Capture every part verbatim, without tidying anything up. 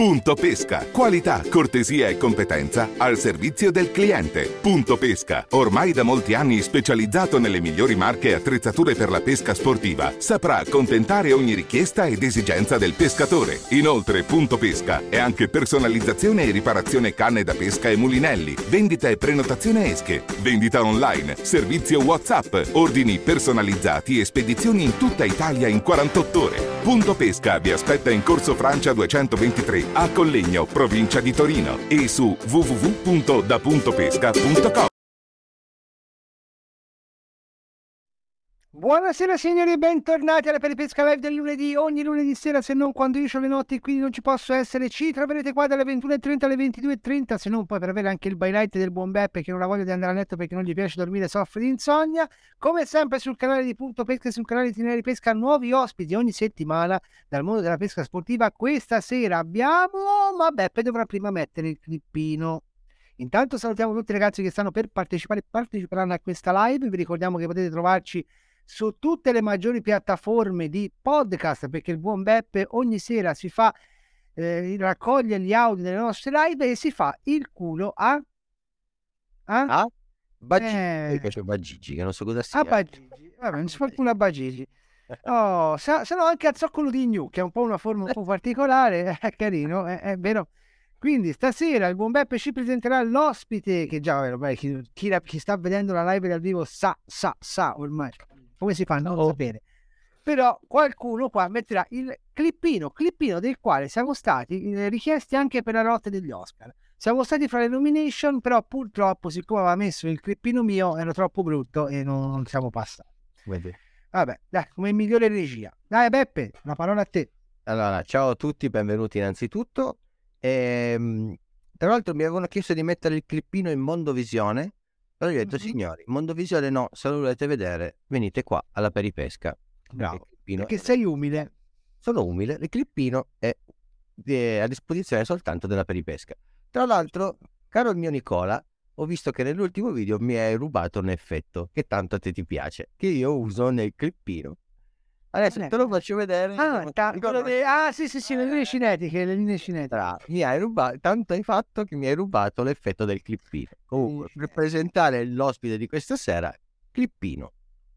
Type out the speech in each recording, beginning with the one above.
Punto Pesca. Qualità, cortesia e competenza al servizio del cliente. Punto Pesca, ormai da molti anni specializzato nelle migliori marche e attrezzature per la pesca sportiva, saprà accontentare ogni richiesta ed esigenza del pescatore. Inoltre Punto Pesca è anche personalizzazione e riparazione canne da pesca e mulinelli, vendita e prenotazione esche, vendita online, servizio WhatsApp, ordini personalizzati e spedizioni in tutta Italia in quarantotto ore. Punto Pesca vi aspetta in Corso Francia duecentoventitré a Collegno, provincia di Torino, e su w w w punto da punto pesca punto com. Buonasera signori e bentornati alla Peripesca Live del lunedì, ogni lunedì sera, se non quando io ho le notti, quindi non ci posso essere. Ci troverete qua dalle ventuno e trenta alle ventidue e trenta, se non poi per avere anche il bylight del buon Beppe che non ha voglia di andare a letto perché non gli piace dormire, soffre di insonnia. Come sempre sul canale di Punto Pesca e sul canale di Tineri Pesca, nuovi ospiti ogni settimana dal mondo della pesca sportiva. Questa sera abbiamo, ma Beppe dovrà prima mettere il clippino. Intanto salutiamo tutti i ragazzi che stanno per partecipare, parteciperanno a questa live. Vi ricordiamo che potete trovarci su tutte le maggiori piattaforme di podcast, perché il buon Beppe ogni sera si fa eh, raccoglie gli audio delle nostre live e si fa il culo a a ah? Bagigi, eh, c'è Bagigi che non so cosa sia. a Bagigi, vabbè, non si fa il culo a Bagigi. Oh, se, se no anche al zoccolo di Gnu, che è un po' una forma un po' particolare, è carino, è, è vero. Quindi stasera il buon Beppe ci presenterà l'ospite che già vabbè, chi, chi, chi sta vedendo la live dal vivo sa, sa, sa ormai come si fa a non oh. sapere. Però qualcuno qua metterà il clippino, clippino del quale siamo stati eh, richiesti anche per la notte degli Oscar. Siamo stati fra le nomination, però purtroppo siccome aveva messo il clippino mio era troppo brutto e non, non siamo passati. Vedi. Vabbè, dai, come migliore regia. Dai Beppe, una parola a te. Allora, ciao a tutti, benvenuti innanzitutto. E, tra l'altro mi avevano chiesto di mettere il clippino in Mondovisione. Allora io ho detto, mm-hmm. signori, Mondovisione no, se lo volete vedere venite qua alla Peripesca. Bravo, perché sei umile. Sono umile, il clippino è, è a disposizione soltanto della Peripesca. Tra l'altro, caro il mio Nicola, ho visto che nell'ultimo video mi hai rubato un effetto che tanto a te ti piace, che io uso nel clippino. Adesso te lo faccio vedere. Ah, ta- de- ah sì sì sì, le linee cinetiche, le linee cinetiche. Tra, mi hai rubato, tanto hai fatto che mi hai rubato l'effetto del clippino. Comunque, per presentare l'ospite di questa sera, clippino.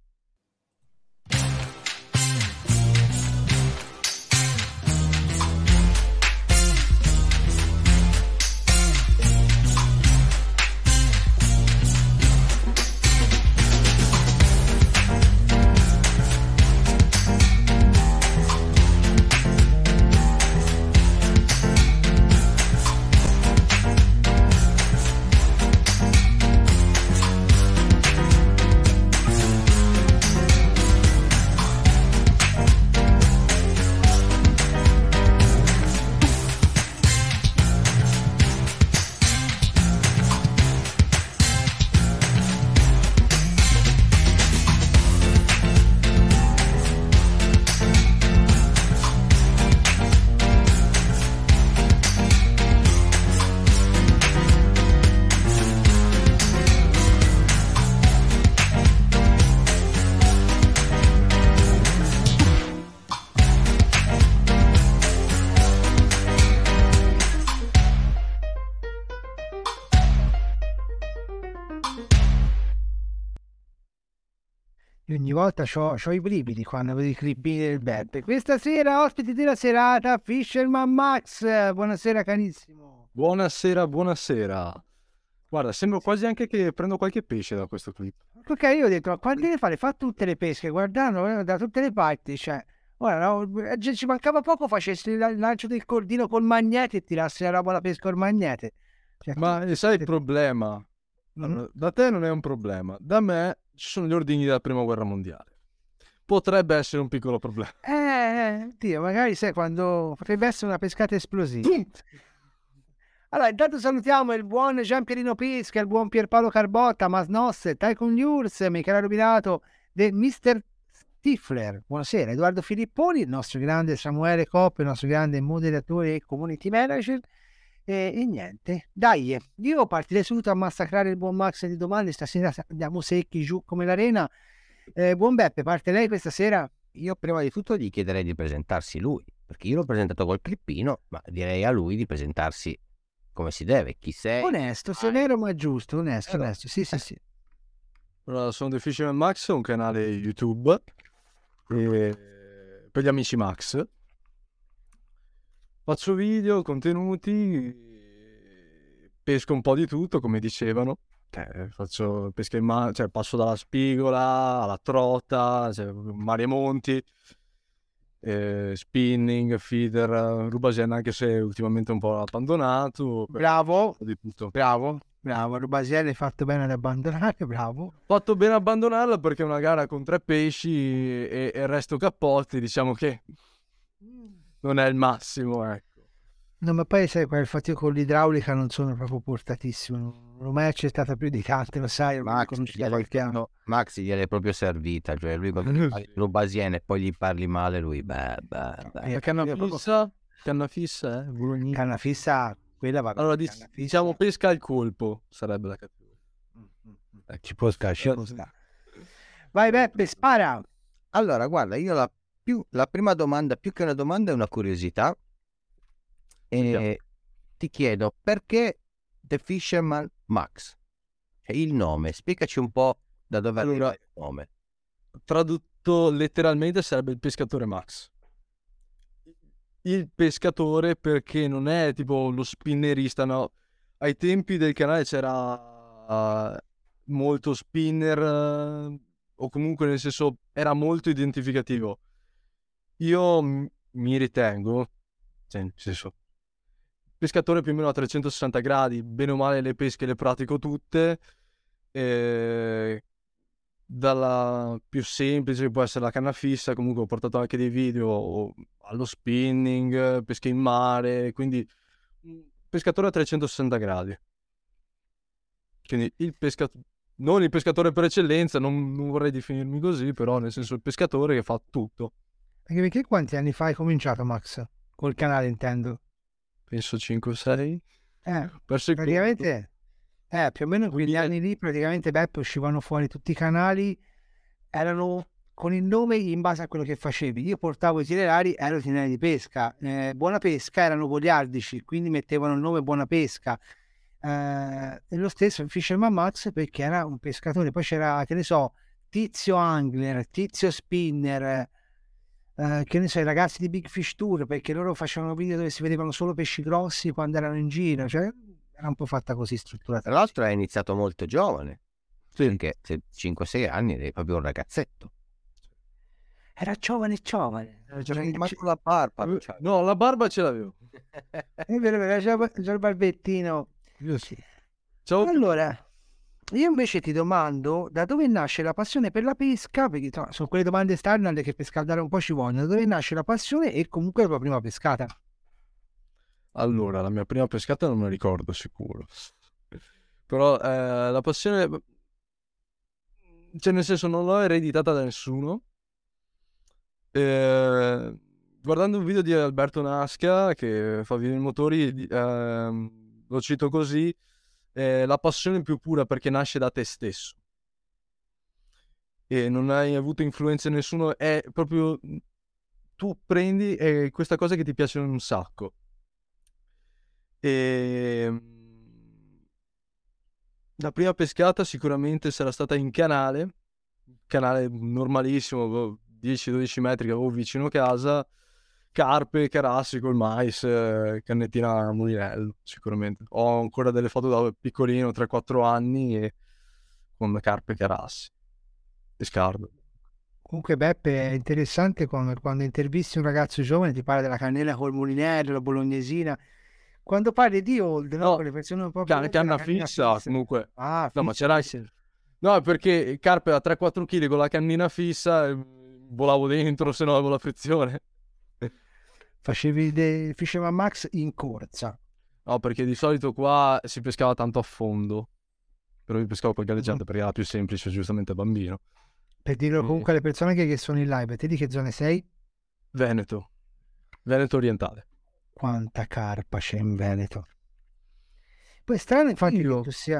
Ogni volta c'ho, c'ho i brividi quando vedo i clippini del Beppe. Questa sera ospiti della serata Fisherman Max. Buonasera carissimo. Buonasera, buonasera. Guarda, sembra quasi anche che prendo qualche pesce da questo clip. Ok, io ho detto, ma quante ne fa? Le fa tutte le pesche, guardando da tutte le parti, cioè. Ora, no, ci mancava poco facessi il lancio del cordino col magnete e tirassi la roba alla pesca col magnete. Cioè, ma tu... sai il problema? Mm-hmm. Da te non è un problema, da me ci sono gli ordini della prima guerra mondiale. Potrebbe essere un piccolo problema. Eh, Dio, magari sai quando potrebbe essere una pescata esplosiva. Allora, intanto salutiamo il buon Gianpierino Pesca, il buon Pierpaolo Carbotta, Masnosse, Tycoon News, Michele Rubinato, del mister Stifler. Buonasera, Edoardo Filipponi, il nostro grande Samuele Coppe, il nostro grande moderatore e community manager. E, e niente, dai, io partirei subito a massacrare il buon Max di domande. Stasera andiamo secchi giù come l'arena. Eh, buon Beppe, parte lei questa sera? Io prima di tutto gli chiederei di presentarsi lui. perché io l'ho presentato col clippino, ma direi a lui di presentarsi come si deve, chi sei. Onesto, severo ma giusto, onesto, Eh, no. onesto, sì sì sì. Allora, sono The Fisherman Max, un canale YouTube e per gli amici Max. Faccio video, contenuti, pesco un po' di tutto, come dicevano. Eh, faccio pesca in mare, cioè passo dalla spigola alla trota, cioè, mari e monti, eh, spinning, feeder, rubasiana, anche se ultimamente un po' abbandonato. Bravo, Di tutto. bravo, bravo, Rubasielli hai fatto bene ad abbandonare, bravo. Fatto bene abbandonarla perché è una gara con tre pesci e, e il resto cappotti, diciamo che non è il massimo, ecco. No, ma poi sai, quel fatto io con l'idraulica non sono proprio portatissimo, non l'ho mai accettata più di tante, lo sai, ormai Max, conosci da gliel'hai qualche anno. no, Max gliel'è proprio servita, cioè lui quando parli lo basiene e poi gli parli male, lui beh, beh, beh. Eh, La canna io proprio- fissa, canna fissa, eh, Bolognese. Canna fissa, quella va bene. Allora, dic- canna fissa. diciamo pesca al colpo, sarebbe la categoria. Ci può stare, ci può stare. Vai Beppe, spara. Allora, guarda, io la, più, la prima domanda, più che una domanda, è una curiosità. Sentiamo. E ti chiedo perché The Fisherman Max? Cioè, il nome, spiegaci un po' da dove Allora- arriva il nome. Tradotto letteralmente sarebbe il pescatore Max. Il pescatore perché non è tipo lo spinnerista, no. Ai tempi del canale c'era eh, molto spinner eh, o comunque nel senso era molto identificativo. Io m- mi ritengo, cioè nel senso, pescatore più o meno a trecentosessanta gradi, bene o male le pesche le pratico tutte, eh, dalla più semplice che può essere la canna fissa, comunque ho portato anche dei video o- allo spinning, pesca in mare, quindi un pescatore a trecentosessanta gradi. Quindi il pescatore, non il pescatore per eccellenza, non, non vorrei definirmi così, però nel senso il pescatore che fa tutto. Anche perché quanti anni fa hai cominciato, Max? Col canale intendo. Penso cinque sei. Eh, Perso il conto. praticamente, eh, più o meno in quegli Duemila anni lì, praticamente Beppe uscivano fuori tutti i canali, erano con il nome in base a quello che facevi. Io portavo itinerari, ero itinerari di pesca. Eh, Buona Pesca erano goliardici, quindi mettevano il nome Buona Pesca. Eh, e lo stesso Fisherman Max perché era un pescatore. Poi c'era, che ne so, Tizio Angler, Tizio Spinner, eh, che ne so, i ragazzi di Big Fish Tour, perché loro facevano video dove si vedevano solo pesci grossi quando erano in giro. Cioè, era un po' fatta così strutturata. Tra l'altro è iniziato molto giovane, Sì. perché se cinque sei anni eri proprio un ragazzetto. Era giovane giovane. Era giovane, Ma con la barba. Eh, cioè. No, la barba ce l'avevo. È vero, era già, già il barbettino. Io sì. Ciao. Allora, io invece ti domando da dove nasce la passione per la pesca, perché insomma, sono quelle domande standard che per scaldare un po' ci vogliono. Da dove nasce la passione e comunque la tua prima pescata? Allora, la mia prima pescata non me la ricordo sicuro. Però eh, la passione, cioè nel senso non l'ho ereditata da nessuno. Eh, guardando un video di Alberto Nasca che fa video in motori, di- ehm, lo cito così, eh, la passione più pura perché nasce da te stesso. E non hai avuto influenza in nessuno, è proprio tu prendi e questa cosa che ti piace un sacco. E la prima pescata sicuramente sarà stata in canale, canale normalissimo, dieci dodici metri che avevo vicino casa, carpe, carassi col mais, eh, cannettina a mulinello, sicuramente. Ho ancora delle foto da piccolino, tre quattro anni, e con carpe e carassi. Pescardo. Comunque Beppe è interessante quando, quando intervisti un ragazzo giovane ti parla della cannella col mulinello, la bolognesina. Quando parli di old, no? No, Con le persone un po' più Can- old, la canna cannina fissa, fissa. comunque. Ah, No, ma fissa, c'era fissa. No, perché carpe da tre quattro chili con la cannina fissa, eh, volavo dentro, se no avevo la frizione. Facevi del Fisherman Max in corsa. No, perché di solito qua si pescava tanto a fondo. Però io pescavo col galleggiante Mhm. perché era più semplice, giustamente bambino. Per dirlo Mm. comunque alle persone che, che sono in live, te di che zone sei? Veneto. Veneto orientale. Quanta carpa c'è in Veneto. Poi è strano infatti Io. che tu sia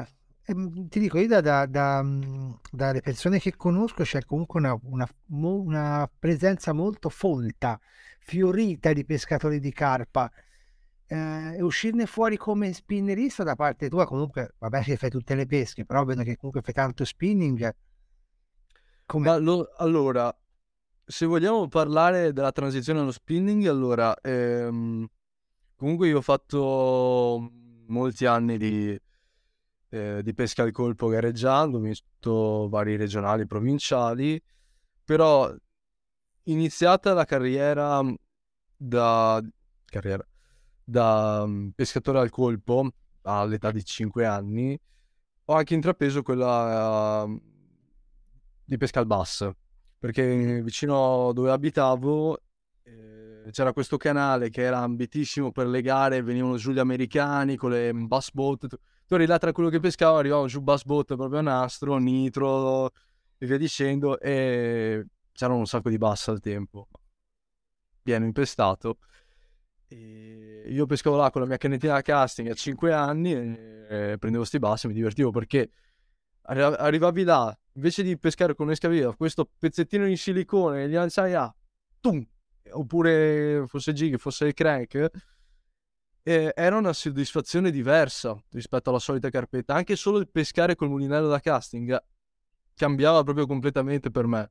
ehm, ti dico, io da, da- da, mh, dalle persone che conosco c'è comunque una, una- mo- una presenza molto folta, fiorita di pescatori di carpa. Eh, e uscirne fuori come spinnerista da parte tua, comunque, vabbè che fai tutte le pesche, però vedo che comunque fai tanto spinning. Come... Ma lo- allora, se vogliamo parlare della transizione allo spinning, allora, ehm, comunque io ho fatto molti anni di, eh, di pesca al colpo gareggiando, ho visto vari regionali, provinciali, però iniziata la carriera da, carriera, da mm, pescatore al colpo all'età di cinque anni, ho anche intrapreso quella eh, di pesca al bass, perché vicino dove abitavo eh, c'era questo canale che era ambitissimo per le gare, venivano giù gli americani con le bass boat, tu, tu eri là tra quello che pescava, arrivavano giù bass boat proprio a nastro, nitro e via dicendo, e c'erano un sacco di bass al tempo, pieno impestato. E io pescavo là con la mia canettina da casting a cinque anni e, e prendevo sti bassi e mi divertivo perché arri- arrivavi là, invece di pescare con un'escavia, questo pezzettino in silicone e gli lanciai a tum, oppure fosse jig, fosse il crank, e era una soddisfazione diversa rispetto alla solita carpetta. Anche solo il pescare col mulinello da casting cambiava proprio completamente per me.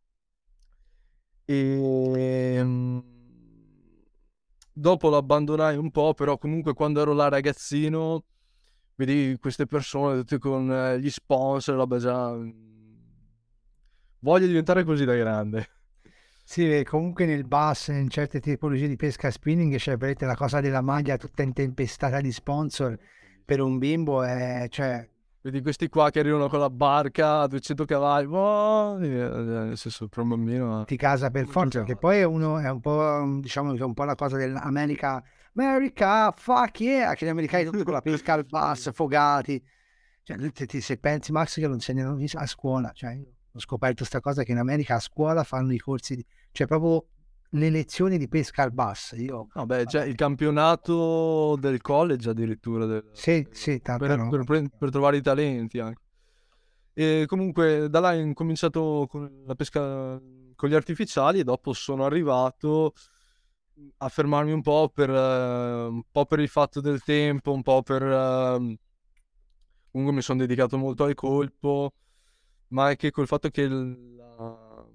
E mm, dopo lo abbandonai un po', però comunque quando ero là ragazzino vedi queste persone tutte con eh, gli sponsor, roba già mm, voglio diventare così da grande. Sì, e comunque nel bass, in certe tipologie di pesca spinning, c'è veramente la cosa della maglia tutta intempestata di sponsor per un bimbo, è, cioè, Vedi questi qua che arrivano con la barca a duecento cavalli, oh, e, eh, nel senso per un bambino ti casa per come forza, giocare. perché poi è uno, è un po', diciamo, che è un po' la cosa dell'America, America, fuck yeah, che gli americani tutti con la pesca al bass, fogati. Cioè, se, ti- se pensi, Max, che lo insegnano a scuola, cioè, io ho scoperto questa cosa che in America a scuola fanno i corsi, di, cioè proprio le lezioni di pesca al bass. Io, Vabbè, c'è il campionato del college addirittura del- sì, del- sì, tanta per, roba. per pre- per trovare i talenti anche. E comunque da là ho incominciato con la pesca con gli artificiali e dopo sono arrivato a fermarmi un po' per, eh, un po' per il fatto del tempo, un po' per... eh, comunque mi sono dedicato molto al colpo, ma anche col fatto che il, la-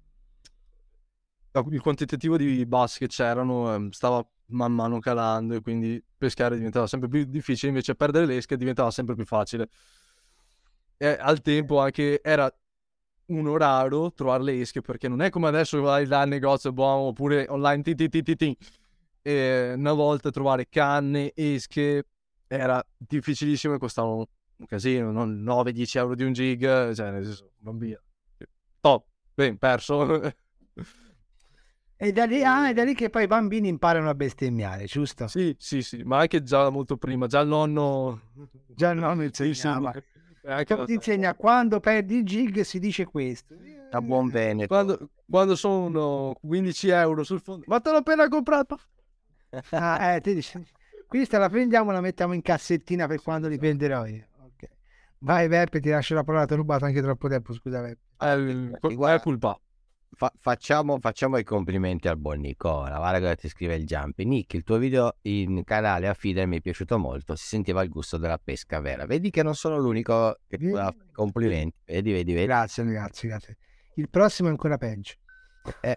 la- il quantitativo di bass che c'erano ehm, stava man mano calando e quindi pescare diventava sempre più difficile, invece perdere l'esca diventava sempre più facile. E al tempo anche era uno raro trovare le esche, perché non è come adesso che vai là al negozio buono oppure online ti, ti, ti, ti, ti. E una volta trovare canne, esche era difficilissimo e costavano un casino, non nove dieci euro di un gig, cioè nel senso, bambino, top, ben perso. E da lì, ah, è da lì che poi i bambini imparano a bestemmiare, giusto? Sì, sì, sì, ma anche già molto prima, già il nonno Già il nonno sì, insegnava. e anche Poi ti insegna quando perdi il gig si dice questo. A buon Veneto. quando, quando sono quindici euro sul fondo, ma te l'ho appena comprato. Ah, eh, ti dice, questa la prendiamo e la mettiamo in cassettina per quando li prenderò io. Ok. Vai Beppe, ti lascio la parola, ti ho rubato anche troppo tempo, scusa Beppe. È, il- Guarda, è colpa. Fa- facciamo, facciamo i complimenti al buon Nicola. Guarda cosa ti scrive il Jumpy. Nick, il tuo video in canale a feeder mi è piaciuto molto. Si sentiva il gusto della pesca vera. Vedi che non sono l'unico che ti fa complimenti. Vedi, vedi, vedi. Grazie ragazzi, grazie. Il prossimo è ancora peggio. Eh.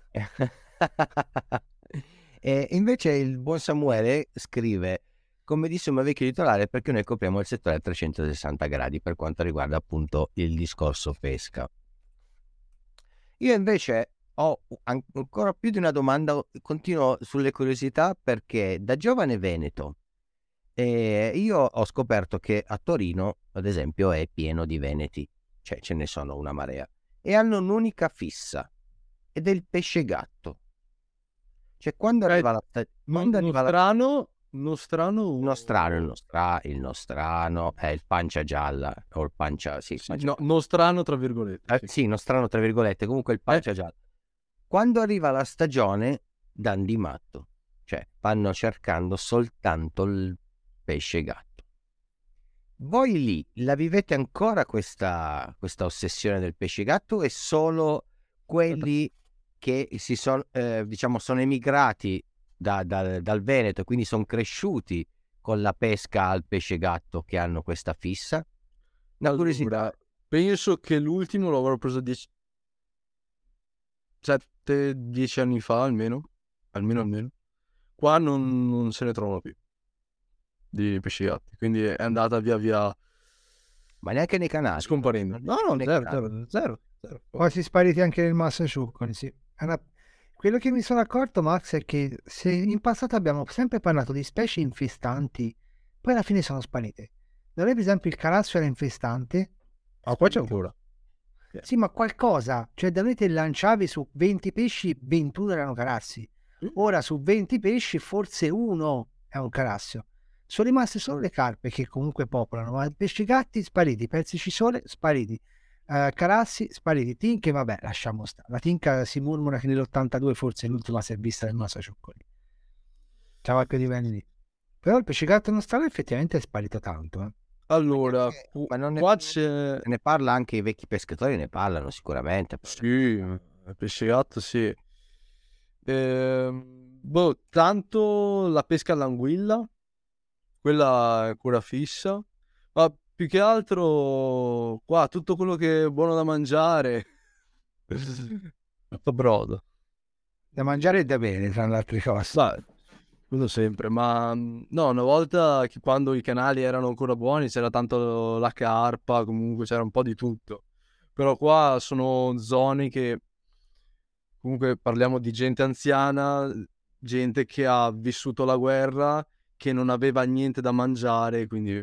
E invece il buon Samuele scrive: come disse un mio vecchio titolare, perché noi copriamo il settore a trecentosessanta gradi per quanto riguarda appunto il discorso pesca. Io invece ho an- ancora più di una domanda, continuo sulle curiosità perché da giovane veneto eh, io ho scoperto che a Torino, ad esempio, è pieno di veneti, cioè ce ne sono una marea, e hanno un'unica fissa ed è il pesce gatto. Cioè quando Eh, arriva la sta- quando Uno arriva la- strano, uno strano, il nostrano, il nostra, il nostrano, è il pancia gialla o il pancia, sì, sì, pancia no, non strano tra virgolette. Eh, sì. sì, nostrano tra virgolette, comunque il pancia gialla. Quando arriva la stagione, dan di matto, cioè vanno cercando soltanto il pesce gatto. Voi lì la vivete ancora questa, questa ossessione del pesce gatto, e solo quelli che si sono, eh, diciamo, sono emigrati da- da- dal Veneto, quindi sono cresciuti con la pesca al pesce gatto, che hanno questa fissa? Una curiosità. Allora, penso che l'ultimo lo avrò preso dieci sette dieci anni fa almeno, almeno almeno. Qua non, non se ne trovano più di pesci gatti, quindi è andata via via Ma neanche nei canali? scomparendo. No, no, Nei zero, canali. zero, zero, zero. Quasi spariti anche nel Massaciuccoli, sì. È una- Quello che mi sono accorto, Max, è che se in passato abbiamo sempre parlato di specie infestanti, poi alla fine sono sparite. Da noi, per esempio, il carasso era infestante. Ah, qua c'è ancora. Sì, ma qualcosa, cioè da noi te lanciavi su venti pesci, ventuno erano carassi. Ora su venti pesci forse uno è un carassio. Sono rimaste solo le carpe che comunque popolano, ma pesci gatti spariti, pezzi cisole spariti, eh, carassi spariti, tinche vabbè lasciamo stare. La tinca si murmura che nell'ottantadue forse è l'ultima si è vista nel Massaciuccoli. C'è qualche livello lì. Però il pesce gatto nostrale effettivamente è sparito tanto. Eh. Allora, Eh, ma non ne, qua c'è... ne parla anche i vecchi pescatori, ne parlano sicuramente. Sì, il pesce gatto sì. Ehm, boh, tanto la pesca all'anguilla, quella è ancora fissa, ma più che altro qua tutto quello che è buono da mangiare tutto brodo. Da mangiare e da bere, tra le altre cose. Dai, quello sempre, ma mh, no, una volta che quando i canali erano ancora buoni c'era tanto la carpa, comunque c'era un po' di tutto. Però qua sono zone che comunque parliamo di gente anziana, gente che ha vissuto la guerra, che non aveva niente da mangiare, quindi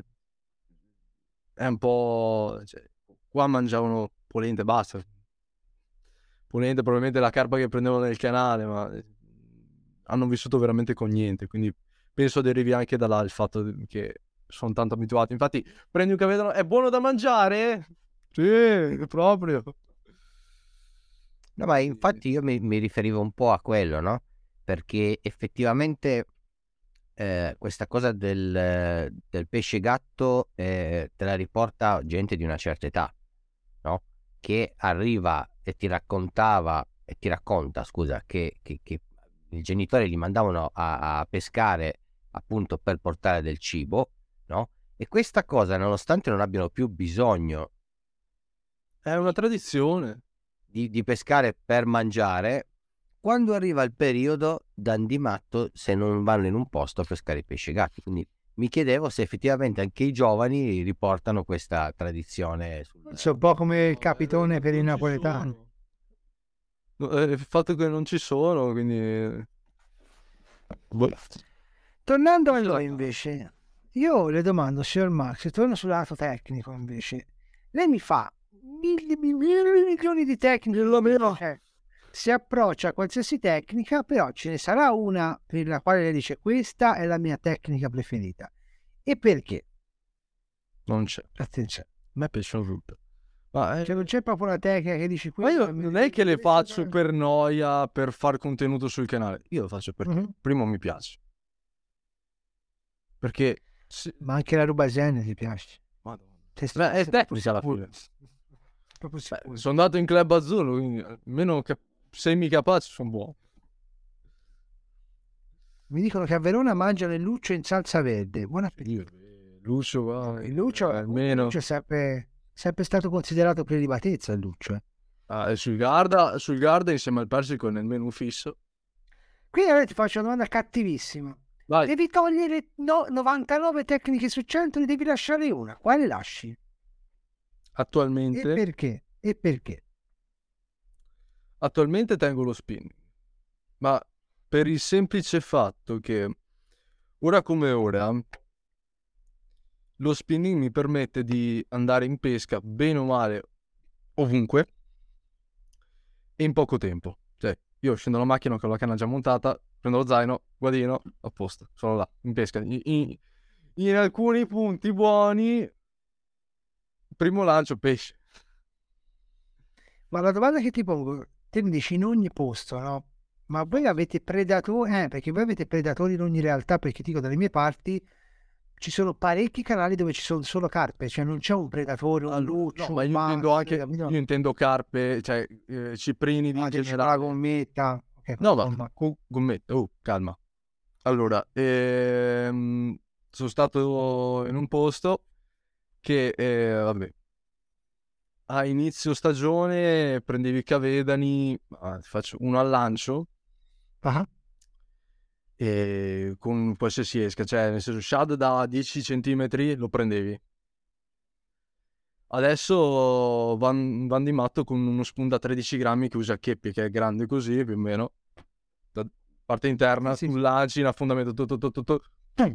è un po'... cioè, qua mangiavano polente e basta. Polente, probabilmente la carpa che prendevano nel canale, ma hanno vissuto veramente con niente, quindi penso derivi anche da là il fatto che sono tanto abituati. Infatti prendi un cavedano, è buono da mangiare? Sì, proprio. No, ma infatti io mi, mi riferivo un po' a quello, no? Perché effettivamente eh, questa cosa del, del pesce gatto eh, te la riporta gente di una certa età, no? Che arriva e ti raccontava, e ti racconta, scusa, che, che, che i genitori li mandavano a, a pescare appunto per portare del cibo, no? E questa cosa, nonostante non abbiano più bisogno È una tradizione. di, di pescare per mangiare, quando arriva il periodo danno di matto se non vanno in un posto a pescare i pesci gatti. Quindi mi chiedevo se effettivamente anche i giovani riportano questa tradizione sul... Forse un po' come il capitone per i Non ci napoletani. sono. No, eh, il fatto che non ci sono, quindi... Boh. Tornando a noi invece, io le domando, signor Max, torno sul lato tecnico invece. Lei mi fa mille, mille milioni di tecniche, eh, si approccia a qualsiasi tecnica, però ce ne sarà una per la quale lei dice questa è la mia tecnica preferita. E perché? Non c'è. Attenzione, A me piacciono tutte. Ma, eh, cioè non c'è proprio una tecnica che dici ma io questa non è che le faccio per noia, per far contenuto sul canale. Io lo faccio perché Mhm. primo mi piace. Perché... se- Ma anche la ruba zen ti piace? Madonna. Sei Beh, è sei tecnica alla proprio fine. sicuro? Proprio Beh, sicuro. sono andato in club azzurro, quindi almeno cap- semi-capaci sono buono. Mi dicono che a Verona mangiano il luccio in salsa verde. Buon appetito. Lucio, va, Il luccio, eh, almeno... il luccio è sempre, sempre stato considerato prelibatezza, il luccio. Eh. Ah, e sul Garda, sul Garda insieme al persico nel menù fisso. Quindi allora ti faccio una domanda cattivissima. Vai. Devi togliere no- novantanove tecniche su cento, ne devi lasciare una. Quale lasci? E Attualmente, perché? E perché? attualmente tengo lo spinning, ma per il semplice fatto che ora come ora lo spinning mi permette di andare in pesca bene o male ovunque e in poco tempo. Cioè, io scendo la macchina con la canna già montata, prendo lo zaino, guadino, a posto, sono là, in pesca. In, in- in alcuni punti buoni, primo lancio pesce. Ma la domanda che ti pongo, te mi dici in ogni posto, no? Ma voi avete predatori, eh, perché voi avete predatori in ogni realtà, perché dico dalle mie parti ci sono parecchi canali dove ci sono solo carpe, cioè non c'è un predatore, un luccio, No, ma io un intendo max, anche, capito? io intendo carpe, cioè eh, ciprini di Ah, c'è la generale. gommetta. Ok, No, ma insomma. con gommette, oh, calma. Allora, ehm, sono stato in un posto che, eh, vabbè, a inizio stagione prendevi i cavedani, ah, ti faccio uno al lancio, Ah, e con qualsiasi esca, cioè nel senso shad da dieci centimetri lo prendevi. Adesso van, van di matto con uno spoon da tredici grammi che usa Keppie, che è grande così più o meno, da parte interna, Sì, sì, tu sì. lanci in affondamento, tu, tu, tu, tu, tu. Mm.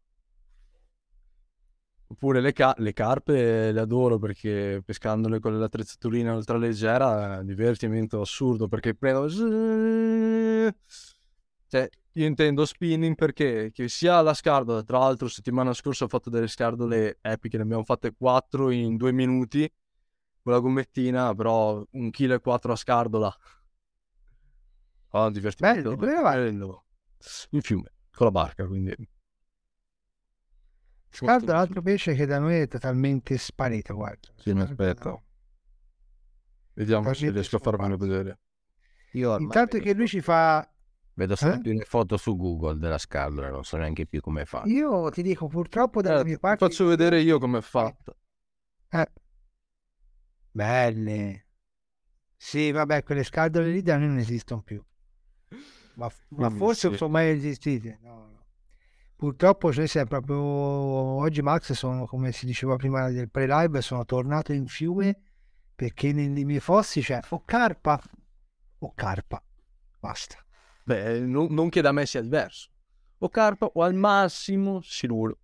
Oppure le, ca- le carpe le adoro perché pescandole con l'attrezzaturina ultraleggera è un divertimento assurdo, perché prendo, cioè io intendo spinning perché che sia la scardola, tra l'altro settimana scorsa ho fatto delle scardole epiche, ne abbiamo fatte quattro in due minuti con la gommettina, però un chilo e quattro a scardola. Ah, un divertimento Bello, dove eravate? bello. In fiume con la barca, quindi Scardo è l'altro pesce che da noi è totalmente sparito, guarda. sì, mi Scardo, aspetta. no, Vediamo se totalmente riesco a farvelo scomparso. vedere. Io ormai Intanto vedo che lui solo, ci fa... vedo solo Eh? più le foto su Google della scardola, non so neanche più come fa. Io ti dico, purtroppo dalle Eh, mie ti parti... faccio vedere io com'è fatta. Eh, belle. Sì, vabbè, quelle scardole lì da noi non esistono più. Ma, ma Quindi forse non sì. sono mai esistite. No, no. Purtroppo, cioè, se è proprio oggi Max sono, come si diceva prima del pre-live, sono tornato in fiume perché nei miei fossi c'è o carpa o carpa. Basta. Beh, non, non che da me sia diverso. O carpa o al massimo siluro.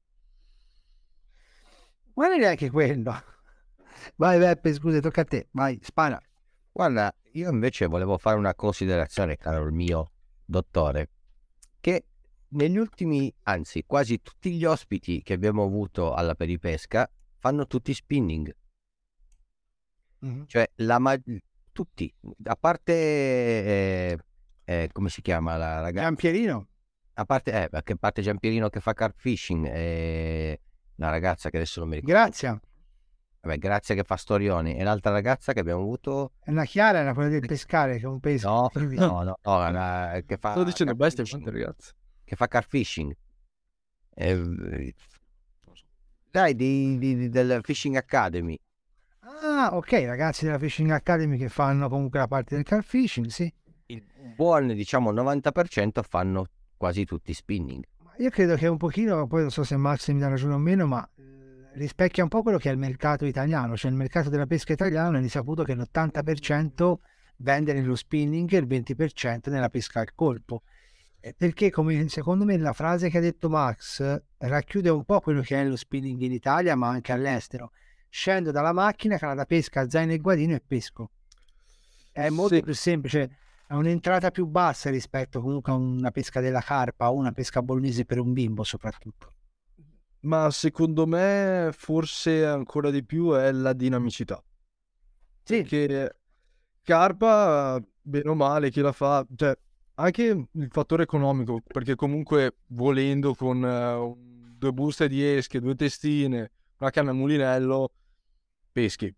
Ma non è neanche quello. Vai Beppe, scusa, tocca a te. Vai, spara. Guarda, io invece volevo fare una considerazione, caro il mio dottore, che negli ultimi, anzi quasi tutti gli ospiti che abbiamo avuto alla peripesca fanno tutti spinning, Mhm. cioè la ma- tutti, a parte, eh, eh, come si chiama la ragazza? Giampierino. A parte, eh, a parte Giampierino che fa carp fishing e la ragazza che adesso non mi ricordo. Grazia. Vabbè, Grazia che fa storioni e l'altra ragazza che abbiamo avuto, È una chiara, era quella del pescare, che è un pesca. no, no, no, no, la- che fa Sto dicendo carp bestie fishing, quante ragazzi. che fa car fishing. Eh, dai, di, di- di- del Fishing Academy. Ah, ok, ragazzi della Fishing Academy che fanno comunque la parte del car fishing, sì. Il buon, diciamo, novanta per cento fanno quasi tutti spinning. Ma io credo che un pochino, poi non so se Max mi dà ragione o meno, ma eh, rispecchia un po' quello che è il mercato italiano, cioè il mercato della pesca italiano è risaputo che l'ottanta per cento vende nello spinning e il venti per cento nella pesca al colpo. Eh, Perché come secondo me la frase che ha detto Max eh, racchiude un po' quello che è lo spinning in Italia, ma anche all'estero. Scendo dalla macchina, canna da pesca, zaino e guadino e pesco. È molto Sì, più semplice, è un'entrata più bassa rispetto comunque a una pesca della carpa o una pesca bolognese per un bimbo soprattutto. ma secondo me forse ancora di più è la dinamicità. Sì, Perché carpa, bene o male, chi la fa, cioè anche il fattore economico, perché comunque volendo con eh, un- due buste di esche, due testine, una canna a mulinello, peschi.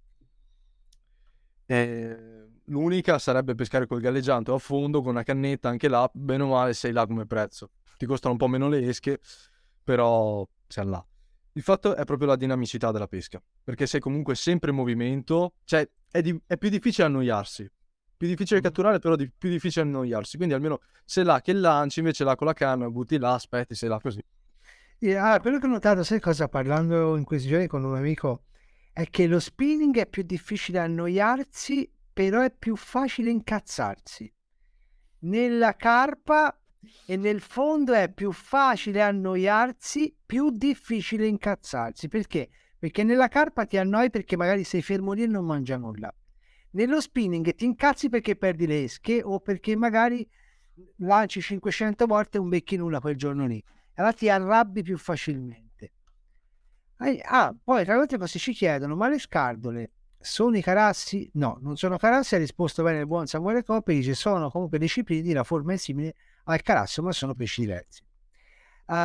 Eh, l'unica sarebbe pescare col galleggiante o a fondo con una cannetta, anche là, bene o male sei là come prezzo. Ti costano un po' meno le esche, però sei là. Il fatto è proprio la dinamicità della pesca, perché sei comunque sempre in movimento, cioè è, di- è più difficile annoiarsi. Più difficile catturare, però di- più difficile annoiarsi. Quindi almeno sei là che lanci, invece là con la canna, butti là, aspetti, sei là così. E, ah, quello che ho notato, sai cosa, parlando in questi giorni con un amico, è che lo spinning è più difficile annoiarsi, però è più facile incazzarsi. Nella carpa e nel fondo è più facile annoiarsi, più difficile incazzarsi. Perché? Perché nella carpa ti annoi perché magari sei fermo lì e non mangia nulla. Nello spinning ti incazzi perché perdi le esche o perché magari lanci cinquecento volte e un becchi nulla quel giorno lì. Allora ti arrabbi più facilmente. Eh, Ah, poi tra le altre cose ci chiedono, ma le scardole sono i carassi? No, non sono carassi, ha risposto bene il buon Samuele Coppi, dice sono comunque dei ciprini, la forma è simile al carasso, ma sono pesci diversi. Uh,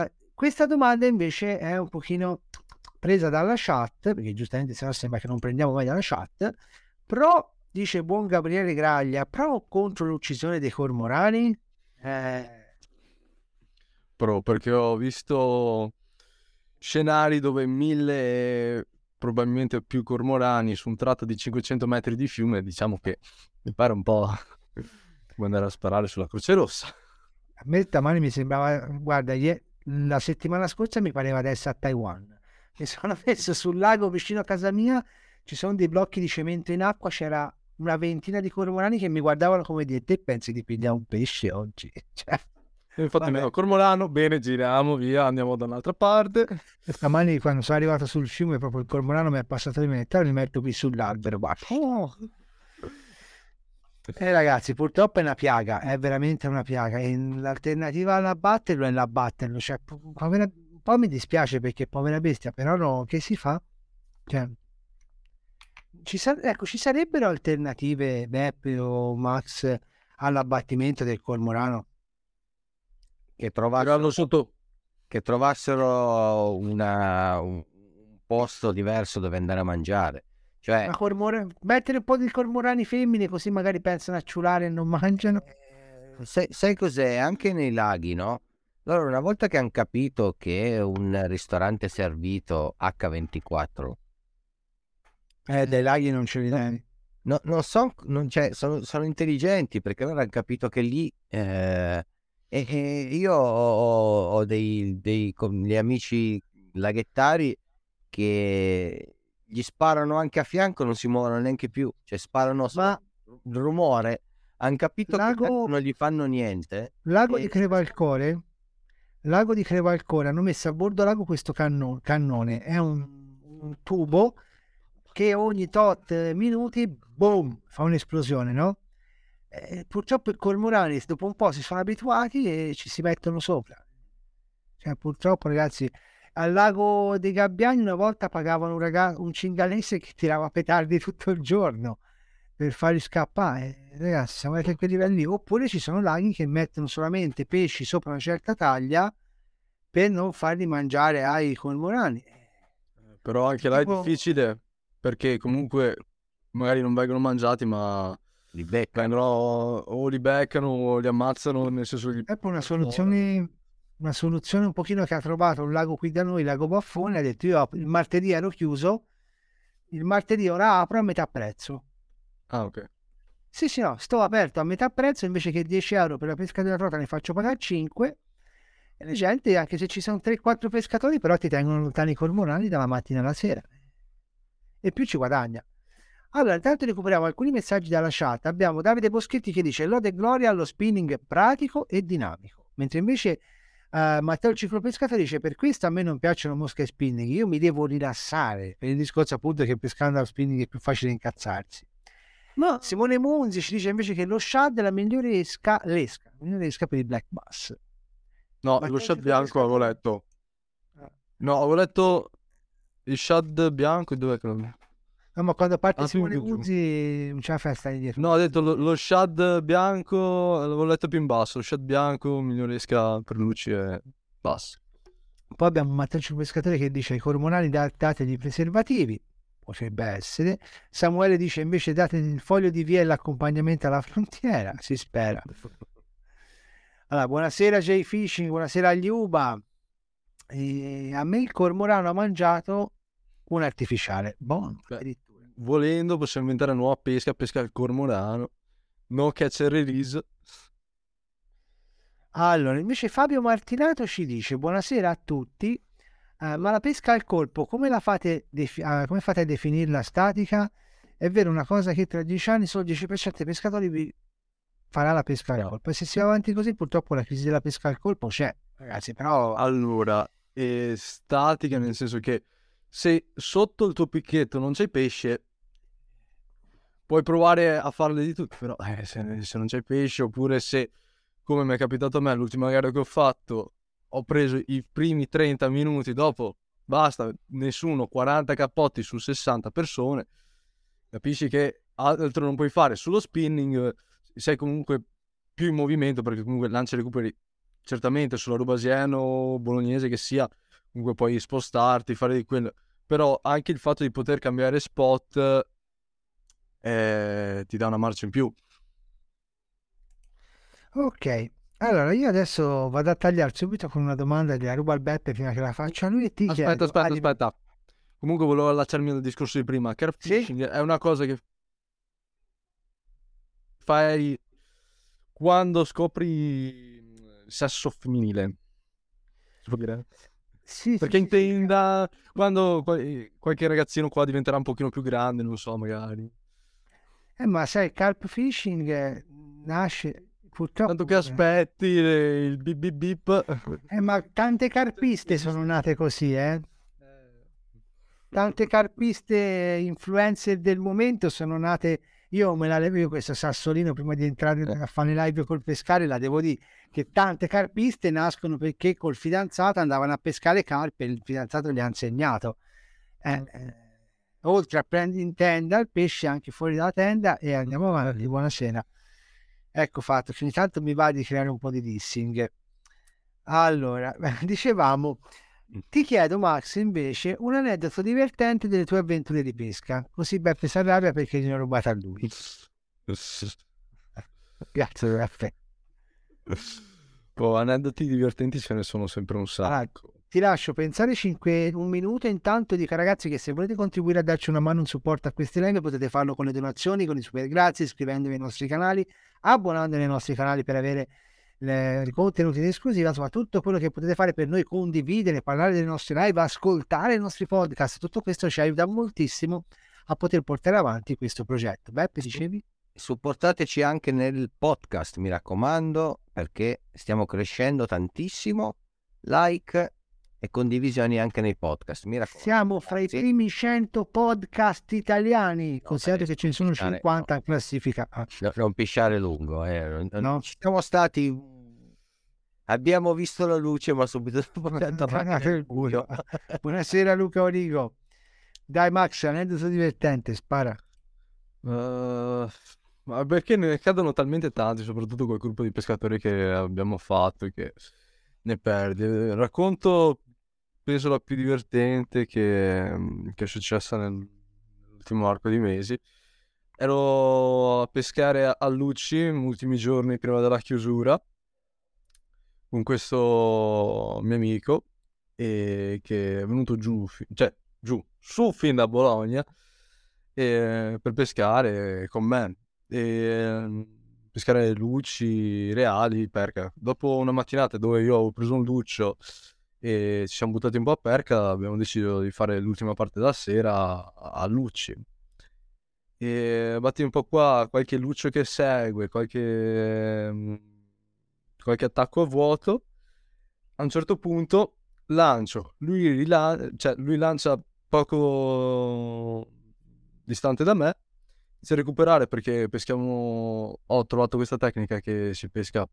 Questa domanda invece è un pochino presa dalla chat, perché giustamente se no sembra che non prendiamo mai dalla chat. Pro, dice buon Gabriele Graglia, pro o contro l'uccisione dei cormorani? Eh... Pro, perché ho visto scenari dove mille, probabilmente più cormorani su un tratto di cinquecento metri di fiume, diciamo che mi pare un po' come andare a sparare sulla Croce Rossa. A me stamani mi sembrava, guarda, ie- la settimana scorsa mi pareva di essere a Taiwan. Mi sono messo sul lago vicino a casa mia, ci sono dei blocchi di cemento in acqua, c'era una ventina di cormorani che mi guardavano come dire, te pensi di pigliare un pesce oggi? Cioè, E infatti vabbè. mi cormorano, bene, giriamo, via, andiamo da un'altra parte. Stamani quando sono arrivato sul fiume, proprio il cormorano mi è passato di me, e mi metto qui sull'albero, guarda. Oh. Eh ragazzi, purtroppo è una piaga, è veramente una piaga. E l'alternativa all'abbatterlo è l'abbatterlo. Cioè, po- povera- un po' mi dispiace perché povera bestia, però no, che si fa? Cioè, ci, sa- ecco, ci sarebbero alternative, Beppe o Max, all'abbattimento del cormorano? Che Tirarlo trovassero, sotto. che trovassero una, un, un posto diverso dove andare a mangiare. Cioè, Una cormora- mettere un po' di cormorani femmine così magari pensano a ciulare e non mangiano. eh, sai, sai cos'è? Anche nei laghi, no? Loro una volta che hanno capito che un ristorante è servito acca ventiquattro, Eh, dai laghi non ce li dai. no, non so, non c'è, sono, sono intelligenti perché loro hanno capito che lì eh, e, e io ho, ho dei, dei com- gli amici laghettari che gli sparano anche a fianco, non si muovono neanche più, cioè sparano solo Ma il rumore, hanno capito che lago, tanto non gli fanno niente lago di e Crevalcore, lago di Crevalcore hanno messo a bordo lago questo canno- cannone. È un, un tubo che ogni tot minuti, boom, fa un'esplosione, no? Eh, purtroppo i cormorani dopo un po' si sono abituati e ci si mettono sopra. Cioè, purtroppo, ragazzi, al lago dei Gabbiani una volta pagavano un, raga- un cingalese che tirava petardi tutto il giorno per farli scappare. Eh, Ragazzi, siamo arrivati a quei livelli. Oppure ci sono laghi che mettono solamente pesci sopra una certa taglia per non farli mangiare ai cormorani. Però anche là è Tipo- difficile, perché comunque magari non vengono mangiati, ma li becca. vengono o li beccano o li ammazzano, nel senso che Ecco una soluzione, una soluzione un pochino che ha trovato un lago qui da noi, Lago Baffone, ha detto io il martedì ero chiuso, il martedì ora apro a metà prezzo. Ah, ok. Sì, sì, no, sto aperto a metà prezzo invece che dieci euro per la pesca della trota ne faccio pagare cinque e le gente, anche se ci sono tre quattro pescatori, però ti tengono lontani i cormorani dalla mattina alla sera e più ci guadagna. Allora, intanto recuperiamo alcuni messaggi dalla chat. Abbiamo Davide Boschetti che dice lode e gloria allo spinning pratico e dinamico, mentre invece eh, Matteo il ciclopescatore dice per questo a me non piacciono mosca e spinning, io mi devo rilassare per il discorso appunto che pescando allo spinning è più facile incazzarsi. Ma Simone Munzi ci dice invece che lo shad è la migliore esca, l'esca, la migliore esca per il black bass. No, Ma lo te shad ci bianco avevo letto. Ah. No, avevo letto il shad bianco, dov'è che lo... No, ma quando parte Ah, più Simone in giù. Munzi non c'è la festa di dietro. No, ho detto lo, lo shad bianco, l'avevo letto più in basso. Lo shad bianco, migliore esca per luci e basso. Poi abbiamo Matteo il pescatore che dice i cormorani da- dategli i preservativi, potrebbe essere. Samuele dice invece date il foglio di via e l'accompagnamento alla frontiera, si spera. Allora, buonasera Jay Fishing, buonasera agli Uba. E a me il cormorano ha mangiato un artificiale, buono. Beh, addirittura. volendo possiamo inventare una nuova pesca, pesca al cormorano. No catch and release. Allora, invece Fabio Martinato ci dice buonasera a tutti, eh, ma la pesca al colpo, come la fate, defi- ah, come fate a definirla statica? È vero una cosa che tra dieci anni solo il dieci per cento dei pescatori vi farà la pesca al colpo e se si va avanti così purtroppo la crisi della pesca al colpo c'è, ragazzi, però Allora, è statica nel senso che se sotto il tuo picchetto non c'è pesce, puoi provare a farle di tutto, però eh, se, se non c'è pesce, oppure se, come mi è capitato a me l'ultima gara che ho fatto, ho preso i primi trenta minuti, dopo basta, nessuno, quaranta cappotti su sessanta persone, capisci che altro non puoi fare. Sullo spinning sei comunque più in movimento perché comunque lancia e recuperi certamente sulla Rubasieno, bolognese che sia, comunque puoi spostarti, fare di quello, però anche il fatto di poter cambiare spot eh, ti dà una marcia in più. Ok, allora io adesso vado a tagliare subito con una domanda della Ruba al Beppe prima che la faccia lui e ti Aspetta, chiedo, aspetta, a live- aspetta. Comunque volevo allacciarmi al discorso di prima. Carp Sì? fishing è una cosa che fai quando scopri il sesso femminile. Si può dire? Sì, Perché sì, in sì, sì. tenda, quando qual- qualche ragazzino qua diventerà un pochino più grande, non so, magari. Eh, ma sai, il carp fishing eh, nasce purtroppo... Tanto che aspetti eh, il bip bip bip. Eh, ma tante carpiste sono nate così, eh? Tante carpiste influencer del momento sono nate. Io me la levo io questo sassolino prima di entrare a fare le live col pescare, la devo dire che tante carpiste nascono perché col fidanzato andavano a pescare carpe e il fidanzato gli ha insegnato. Eh, eh, oltre a prendere in tenda il pesce anche fuori dalla tenda e andiamo avanti, buonasera. Ecco fatto, ogni tanto mi va di creare un po' di dissing. Allora, dicevamo, ti chiedo Max invece un aneddoto divertente delle tue avventure di pesca, così Beppe si arrabbia perché ne ho rubato a lui. Grazie Beppe. Oh, aneddoti divertenti ce ne sono sempre un Allora, sacco. ti lascio pensare cinque, un minuto intanto dica ragazzi che se volete contribuire a darci una mano, un supporto a questi live potete farlo con le donazioni, con i super grazie, iscrivendovi ai nostri canali, abbonandovi ai nostri canali per avere le, i contenuti in esclusiva, insomma tutto quello che potete fare per noi, condividere, parlare delle nostre live, ascoltare i nostri podcast, tutto questo ci aiuta moltissimo a poter portare avanti questo progetto. Beppe, dicevi? Supportateci anche nel podcast, mi raccomando, perché stiamo crescendo tantissimo. Like e condivisioni anche nei podcast, mi raccomando. Siamo fra i Sì. primi cento podcast italiani, considerate beh, che ce ne sono pisciare, cinquanta no. in classifica. Ah, No, non pisciare lungo, eh. non- non- no? ci siamo stati, abbiamo visto la luce, ma subito dopo abbiamo tornato Cagate nel il culo. buio. Buonasera Luca Origo. Dai Max, aneddoto divertente, spara. Uh, ma perché ne cadono talmente tanti, soprattutto quel gruppo di pescatori che abbiamo fatto, che ne perdi. Racconto, penso, la più divertente che, che è successa nel- nell'ultimo arco di mesi. Ero a pescare a Lucci, negli ultimi giorni prima della chiusura, con questo mio amico, e che è venuto giù, fi- cioè giù, su fin da Bologna, e- per pescare con me. E, ehm, pescare luci reali, perca. Dopo una mattinata dove io ho preso un luccio e ci siamo buttati un po' a perca, abbiamo deciso di fare l'ultima parte della sera a, a Lucci. E batti un po' qua, qualche luccio che segue, qualche, mm, qualche attacco a vuoto. A un certo punto lancio, lui, rila- cioè, lui lancia poco distante da me, inizia a recuperare perché peschiamo, ho trovato questa tecnica che si pesca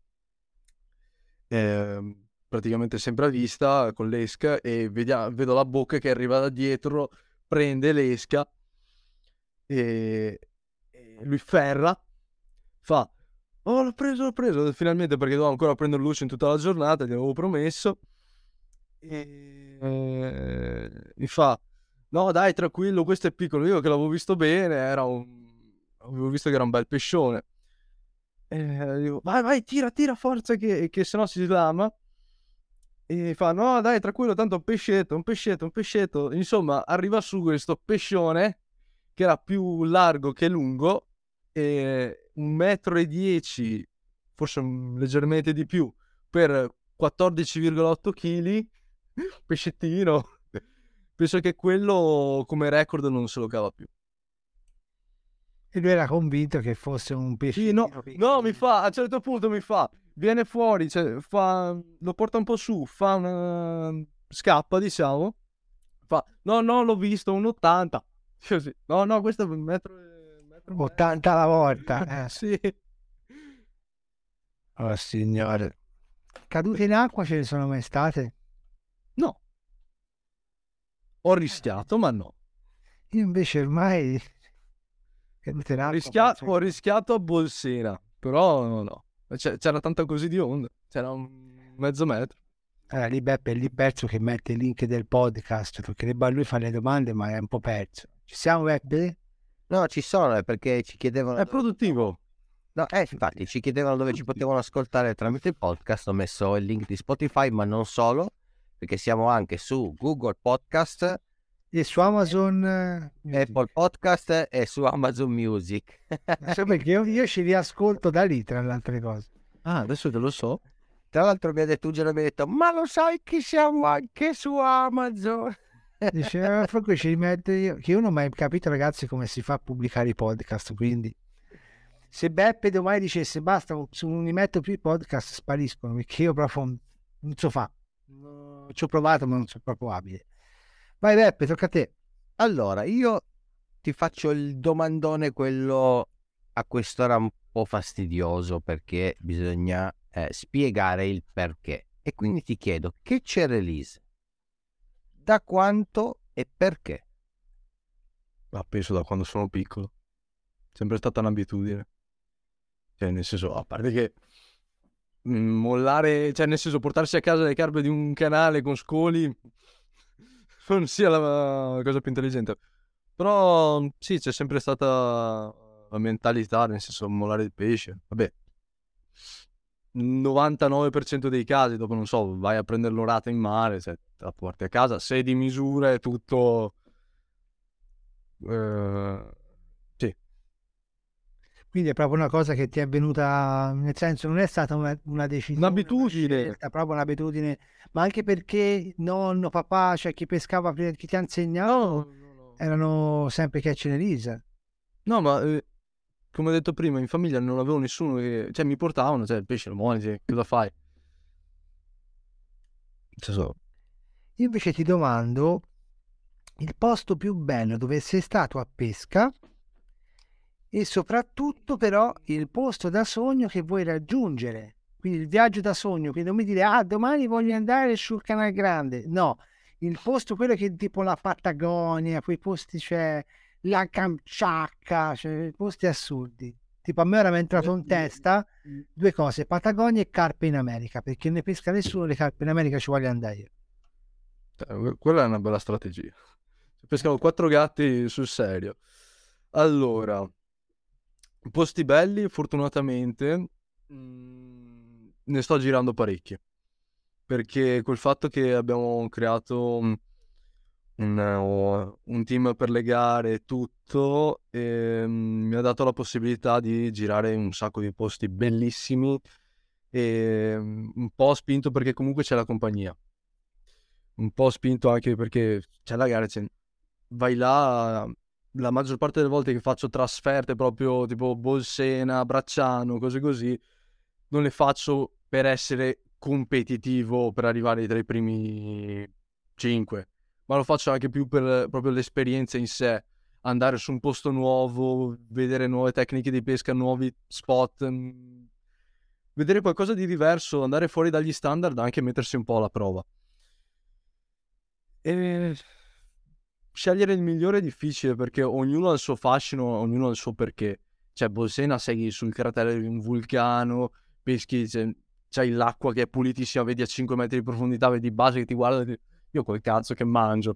eh, praticamente sempre a vista con l'esca e vedia- vedo la bocca che arriva da dietro, prende l'esca e, e lui ferra, fa oh l'ho preso, l'ho preso finalmente, perché dovevo ancora prendere luce in tutta la giornata, gli avevo promesso, e eh, mi fa no dai tranquillo, questo è piccolo. Io che l'avevo visto bene, era un avevo visto che era un bel pescione, e dico vai vai tira tira forza che, che sennò si slama. E fa no dai tranquillo, tanto un pescetto, un pescetto, un pescetto. Insomma arriva su questo pescione che era più largo che lungo, e un metro e dieci, forse un- leggermente di più, per quattordici virgola otto chili, pescettino. Penso che quello come record non se lo cava più. E lui era convinto che fosse un pesce. Sì, no, no, mi fa, a un certo punto mi fa, viene fuori, cioè, fa, lo porta un po' su, fa una, scappa, diciamo, fa, no, no, l'ho visto, un ottanta. Io sì, no, no, questo è un metro e... metro e mezzo. ottanta alla volta. Eh. Sì. Oh signore. Cadute in acqua ce ne sono mai state? No. Ho rischiato, ma no. Io invece ormai... Cadute in Ho acqua, rischiato, penso ho che- rischiato a Bolsena, però no, no. C'è- c'era tanta così di onda. C'era un, mezzo metro. Allora, lì Beppe è lì perso che mette il link del podcast, perché lui fa le domande ma è un po' perso. Ci siamo Beppe? No, ci sono, è perché ci chiedevano... È produttivo. No, eh, infatti, ci chiedevano dove ci potevano ascoltare tramite il podcast. Ho messo il link di Spotify, ma non solo, perché siamo anche su Google Podcast, E su Amazon eh, Apple Podcast e su Amazon Music. so perché io, io ci riascolto da lì tra le altre cose. Ah, adesso te lo so. Tra l'altro mi ha detto, Giuliano mi ha detto, ma lo sai che siamo anche su Amazon? Dice, eh, fra cui ci rimetto io, che io non ho mai capito ragazzi come si fa a pubblicare i podcast, quindi se Beppe domani dicesse basta, non non mi metto più i podcast, spariscono, perché io proprio non so fa. No, ci ho provato ma non sono proprio abile. Vai Beppe, tocca a te. Allora, io ti faccio il domandone, quello a quest'ora un po' fastidioso, perché bisogna eh, spiegare il perché. E quindi ti chiedo, che c'è release? Da quanto e perché? Ma penso da quando sono piccolo. Sempre stata un'abitudine. Cioè, nel senso, a parte che mm, mollare, cioè nel senso portarsi a casa le carte di un canale con scoli non sia la cosa più intelligente. Però sì, c'è sempre stata la mentalità, nel senso mollare il pesce. Vabbè, novantanove per cento dei casi, dopo non so, vai a prendere l'orata in mare, cioè, te la porti a casa, sei di misura e tutto... Eh, sì. Quindi è proprio una cosa che ti è venuta, nel senso non è stata una, una decisione, Un'abitudine. una scelta, proprio un'abitudine, ma anche perché nonno, papà, cioè chi pescava prima, chi ti ha insegnato, erano sempre catch and release. No, ma eh, come ho detto prima, in famiglia non avevo nessuno che... Cioè, mi portavano, cioè, il pesce lo mangi, cosa fai? Cioè, so. Io invece ti domando il posto più bello dove sei stato a pesca e soprattutto però il posto da sogno che vuoi raggiungere. Quindi il viaggio da sogno, quindi non mi dire ah domani voglio andare sul Canale Grande. No, il posto quello che tipo la Patagonia, quei posti c'è la Kamchatka, cioè posti assurdi. Tipo a me ora mi è entrato in testa due cose, Patagonia e carpe in America, perché ne pesca nessuno, le carpe in America ci voglio andare io. Cioè, quella è una bella strategia. Pescavo quattro gatti sul serio. Allora, posti belli, fortunatamente, mh, ne sto girando parecchi. Perché col fatto che abbiamo creato un, un, un team per le gare e tutto, ehm, mi ha dato la possibilità di girare un sacco di posti bellissimi e un po' spinto perché comunque c'è la compagnia. Un po' spinto anche perché c'è la gara, c'è... vai là, la maggior parte delle volte che faccio trasferte proprio tipo Bolsena, Bracciano, cose così, non le faccio per essere competitivo, per arrivare tra i primi cinque, ma lo faccio anche più per proprio l'esperienza in sé, andare su un posto nuovo, vedere nuove tecniche di pesca, nuovi spot, mh, vedere qualcosa di diverso, andare fuori dagli standard, anche mettersi un po' alla prova. E scegliere il migliore è difficile perché ognuno ha il suo fascino, ognuno ha il suo perché. Cioè, Bolsena sei sul cratere di un vulcano, peschi, c'è, c'hai l'acqua che è pulitissima, vedi a cinque metri di profondità, vedi base che ti guarda e ti... io col cazzo che mangio.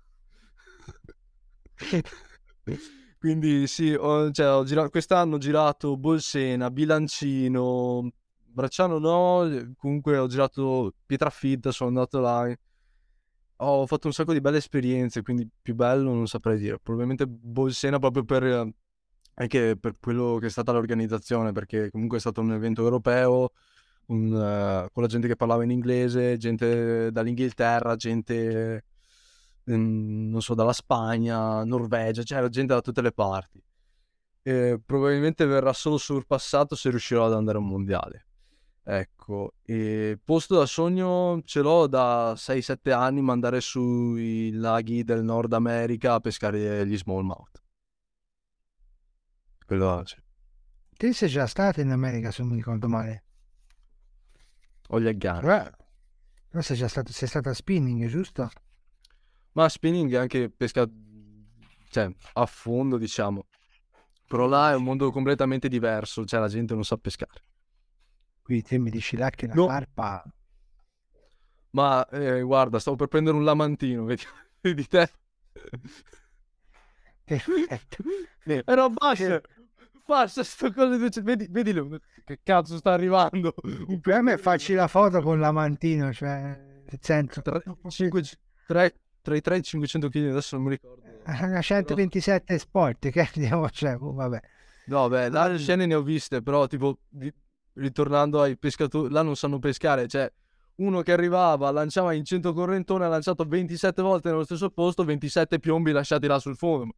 Quindi sì, ho, cioè, ho girato, quest'anno ho girato Bolsena, Bilancino, Bracciano no, comunque ho girato Pietrafitta, sono andato là. Ho fatto un sacco di belle esperienze, quindi più bello non saprei dire. Probabilmente Bolsena proprio per anche per quello che è stata l'organizzazione, perché comunque è stato un evento europeo, un, uh, con la gente che parlava in inglese, gente dall'Inghilterra, gente um, non so, dalla Spagna, Norvegia, c'era gente da tutte le parti. E probabilmente verrà solo sorpassato se riuscirò ad andare a un mondiale. Ecco, e posto da sogno ce l'ho da sei sette anni, ma andare sui laghi del Nord America a pescare gli smallmouth. Quello c'è. Te sei già stato in America se non mi ricordo male. Ho gli agganci. Però però sei già stato, sei stato a spinning, giusto? Ma spinning è anche pesca, cioè, a fondo, diciamo. Però là è un mondo completamente diverso, cioè la gente non sa pescare. Quindi te mi dici là che la No. carpa... Ma eh, guarda, stavo per prendere un lamantino, vedi, vedi te? Perfetto. Era basta, basta sto cosa, di- vedi, vedi lui, che cazzo sta arrivando? Il problema è farci la foto con l'amantino, cioè, nel senso, Tre- cinque- tre- tra i tre e i cinquecento kg, adesso non mi ricordo. una centoventisette sport, che andiamo, cioè, oh, vabbè. No, beh, là le scene ne ho viste, però tipo, di- ritornando ai pescatori, là non sanno pescare, cioè uno che arrivava, lanciava in cento correntone, ha lanciato ventisette volte nello stesso posto, ventisette piombi lasciati là sul fondo.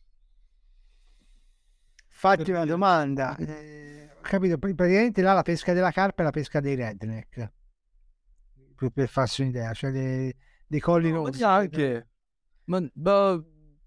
Fatti una domanda, eh, ho capito, pr- praticamente là la pesca della carpa è la pesca dei redneck, per, per farsi un'idea, cioè dei, dei colli No, ma rossi. neanche. Ma, ma,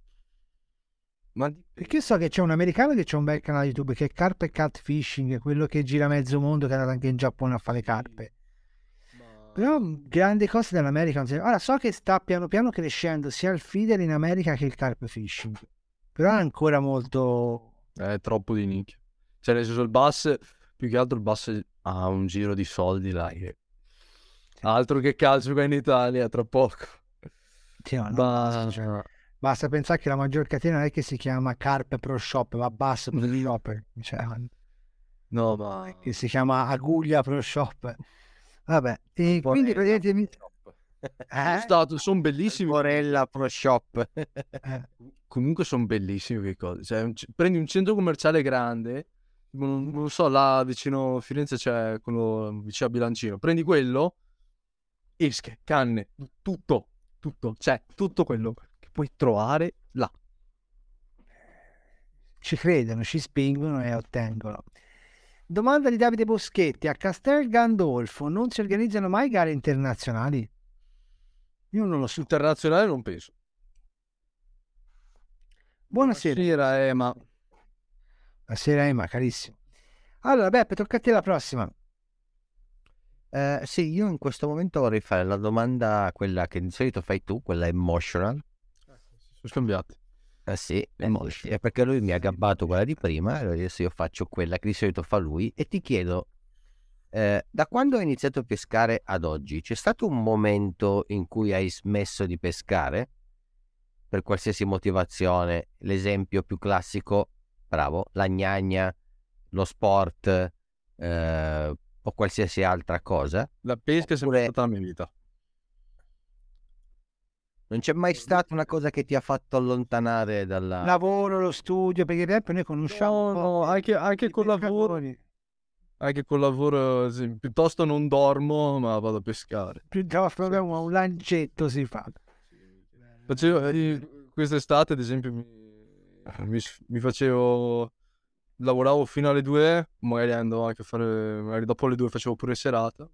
ma Perché io so che c'è un americano che c'è un bel canale YouTube che è Carp e Catfishing, quello che gira mezzo mondo, che è andato anche in Giappone a fare carpe. Però mh, grandi cose dell'America. non si- Ora so che sta piano piano crescendo sia il feeder in America che il carp fishing, però è ancora molto. è troppo di nicchia. Cioè, nel senso, il bass, più che altro il bass ha un giro di soldi là che... Altro che calcio qua in Italia, tra poco. Sì, no, no, Ma... cioè, basta pensare che la maggior catena non è che si chiama Carp Pro Shop, ma Bass Pro Shop, cioè, No, ma... che si chiama Aguglia Pro Shop. Vabbè, e quindi Porella praticamente mi- Pro Shop. eh? Stato, sono bellissimi. Porella Pro Shop. Eh, Comunque sono bellissimi che cose. Cioè, un c- prendi un centro commerciale grande, tipo, non, non so, là vicino a Firenze c'è quello vicino a Bilancino. Prendi quello, esche, canne, tutto, tutto, cioè tutto quello che puoi trovare là. ci credono, ci spingono e ottengono. Domanda di Davide Boschetti: a Castel Gandolfo non si organizzano mai gare internazionali? Io non lo so. Internazionale non penso. Buonasera. Buonasera, eh, ma Buonasera Emma, carissimo. Allora, Beppe, tocca a te la prossima. Eh, sì, io in questo momento vorrei fare la domanda, quella che di solito fai tu, quella emotional. sono scambiati. Eh sì, eh, Emotional. è perché lui mi ha gabbato quella di prima, e adesso io faccio quella che di solito fa lui e ti chiedo, eh, da quando hai iniziato a pescare ad oggi, c'è stato un momento in cui hai smesso di pescare? Per qualsiasi motivazione, l'esempio più classico, bravo, la gnagna, lo sport, eh, o qualsiasi altra cosa. La pesca è sempre Oppure- stata la mia vita. Non c'è mai stata una cosa che ti ha fatto allontanare dalla... Lavoro, lo studio, perché Beppe noi conosciamo. No, no, anche, anche i col lavoro, pescatori. anche col lavoro, sì, piuttosto non dormo, ma vado a pescare. Più troppo, un, un lancetto si fa. Facevo, io- quest'estate, ad esempio, mi, mi, mi facevo, lavoravo fino alle due, magari andavo anche a fare, magari dopo le due facevo pure serata.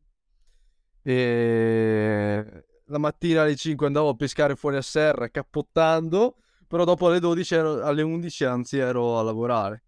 E la mattina alle cinque andavo a pescare fuori a serra, cappottando, però dopo alle dodici, ero, alle undici anzi, ero a lavorare.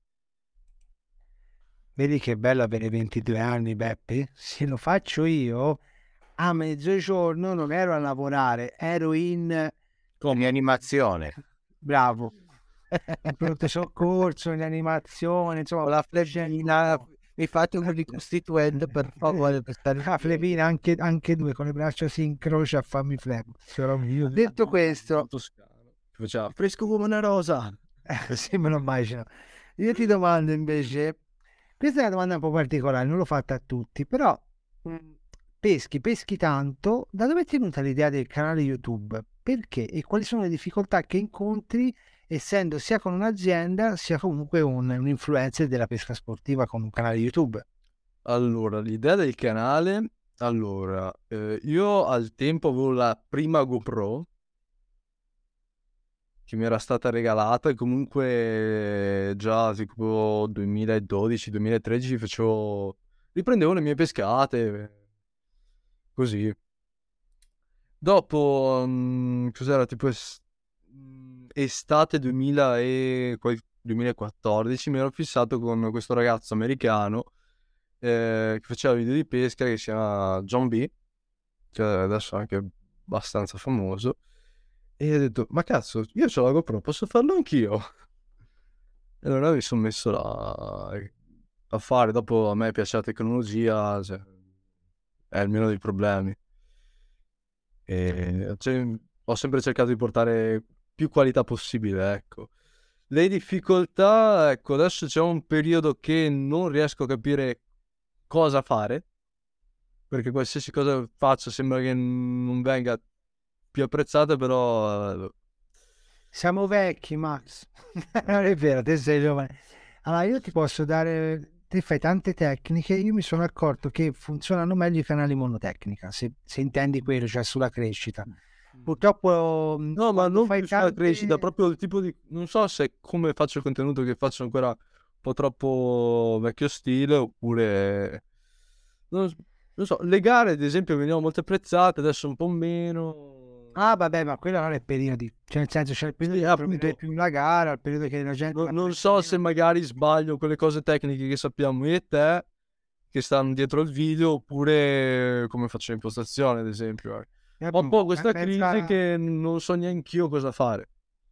Vedi che bello avere ventidue anni, Beppe? Se lo faccio io, a mezzogiorno non ero a lavorare, ero in... Come animazione. Bravo. In pronto soccorso, in animazione, insomma... Con la flebina, mi fate un ricostituente per favore per stare... Ah, flebina, anche, anche due, con le braccia si incrocia a farmi flebo. Detto questo, Toscano. Faceva fresco come una rosa. eh, sì, me lo immagino. Io ti domando invece, questa è una domanda un po' particolare, non l'ho fatta a tutti, però mh, peschi, peschi tanto, da dove ti è venuta l'idea del canale YouTube? Perché e quali sono le difficoltà che incontri essendo sia con un'azienda sia comunque un, un influencer della pesca sportiva con un canale YouTube? Allora, l'idea del canale, allora, eh, io al tempo avevo la prima GoPro che mi era stata regalata e comunque già tipo duemiladodici duemilatredici facevo, riprendevo le mie pescate, così. Dopo, mm, cos'era, tipo es- mm, estate duemila e qual- duemilaquattordici mi ero fissato con questo ragazzo americano eh, che faceva video di pesca che si chiama John B, che adesso è anche abbastanza famoso, e ho detto, ma cazzo, io c'ho la GoPro, posso farlo anch'io? E allora mi sono messo là a fare, dopo a me piace la tecnologia, cioè, è il meno dei problemi. E cioè, ho sempre cercato di portare più qualità possibile, ecco. Le difficoltà, ecco, adesso c'è un periodo che non riesco a capire cosa fare, perché qualsiasi cosa faccio sembra che non venga più apprezzata, però eh, Siamo vecchi, Max. Non è vero, te sei giovane. Allora, io ti posso dare, te fai tante tecniche, io mi sono accorto che funzionano meglio i canali monotecnica, se, se intendi quello, cioè sulla crescita. Purtroppo mh, no, ma quando non fai più sulla tante... crescita, proprio il tipo di... Non so se come faccio il contenuto che faccio ancora un po' troppo vecchio stile, oppure... Non, non so, le gare ad esempio venivano molto apprezzate, adesso un po' meno. Ah, vabbè, ma quello non è periodi, cioè nel senso c'è il periodo Sì, che appunto. promuovere più la gara, il periodo che la gente... No- la non prende so meno. se magari sbaglio quelle cose tecniche che sappiamo io e te, che stanno dietro il video, oppure come faccio l'impostazione, ad esempio. eh. Eh, Ho un po' questa pensa- crisi che non so neanch'io cosa fare.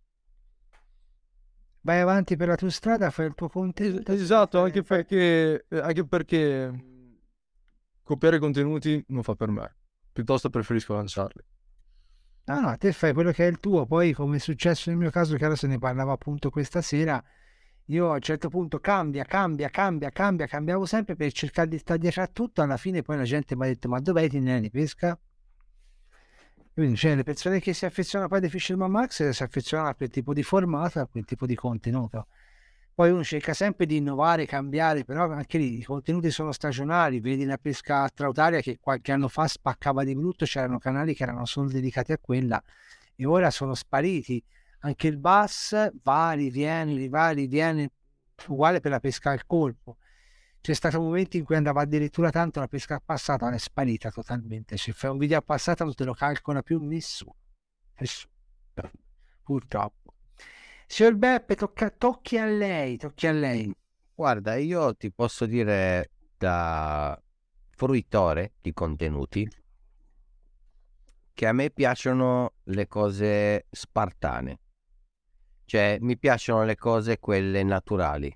Vai avanti per la tua strada, fai il tuo Es- contenuto. esatto, anche perché, eh, anche perché mh, copiare contenuti non fa per me. Piuttosto preferisco lanciarli. No, no, te fai quello che è il tuo, poi come è successo nel mio caso, che ora se ne parlava appunto questa sera, io a un certo punto cambia, cambia, cambia, cambia, cambiavo sempre per cercare di stare dietro a tutto, alla fine poi la gente mi ha detto, ma dov'è Tinelli di pesca? Quindi cioè, le persone che si affezionano poi a The Fisherman Max si affezionano a quel tipo di formato, a quel tipo di contenuto. Poi uno cerca sempre di innovare, cambiare, però anche lì i contenuti sono stagionali. Vedi la pesca trautaria che qualche anno fa spaccava di brutto, c'erano canali che erano solo dedicati a quella e ora sono spariti. Anche il bass va, riviene, va, riviene, uguale per la pesca al colpo. C'è stato un momento in cui andava addirittura tanto la pesca a passata, ora è sparita totalmente. Se fai un video a passata non te lo calcola più nessuno. Nessuno. Purtroppo. Signor Beppe, tocca- tocchi a lei, tocchi a lei. Guarda, io ti posso dire da fruitore di contenuti che a me piacciono le cose spartane, cioè mi piacciono le cose quelle naturali,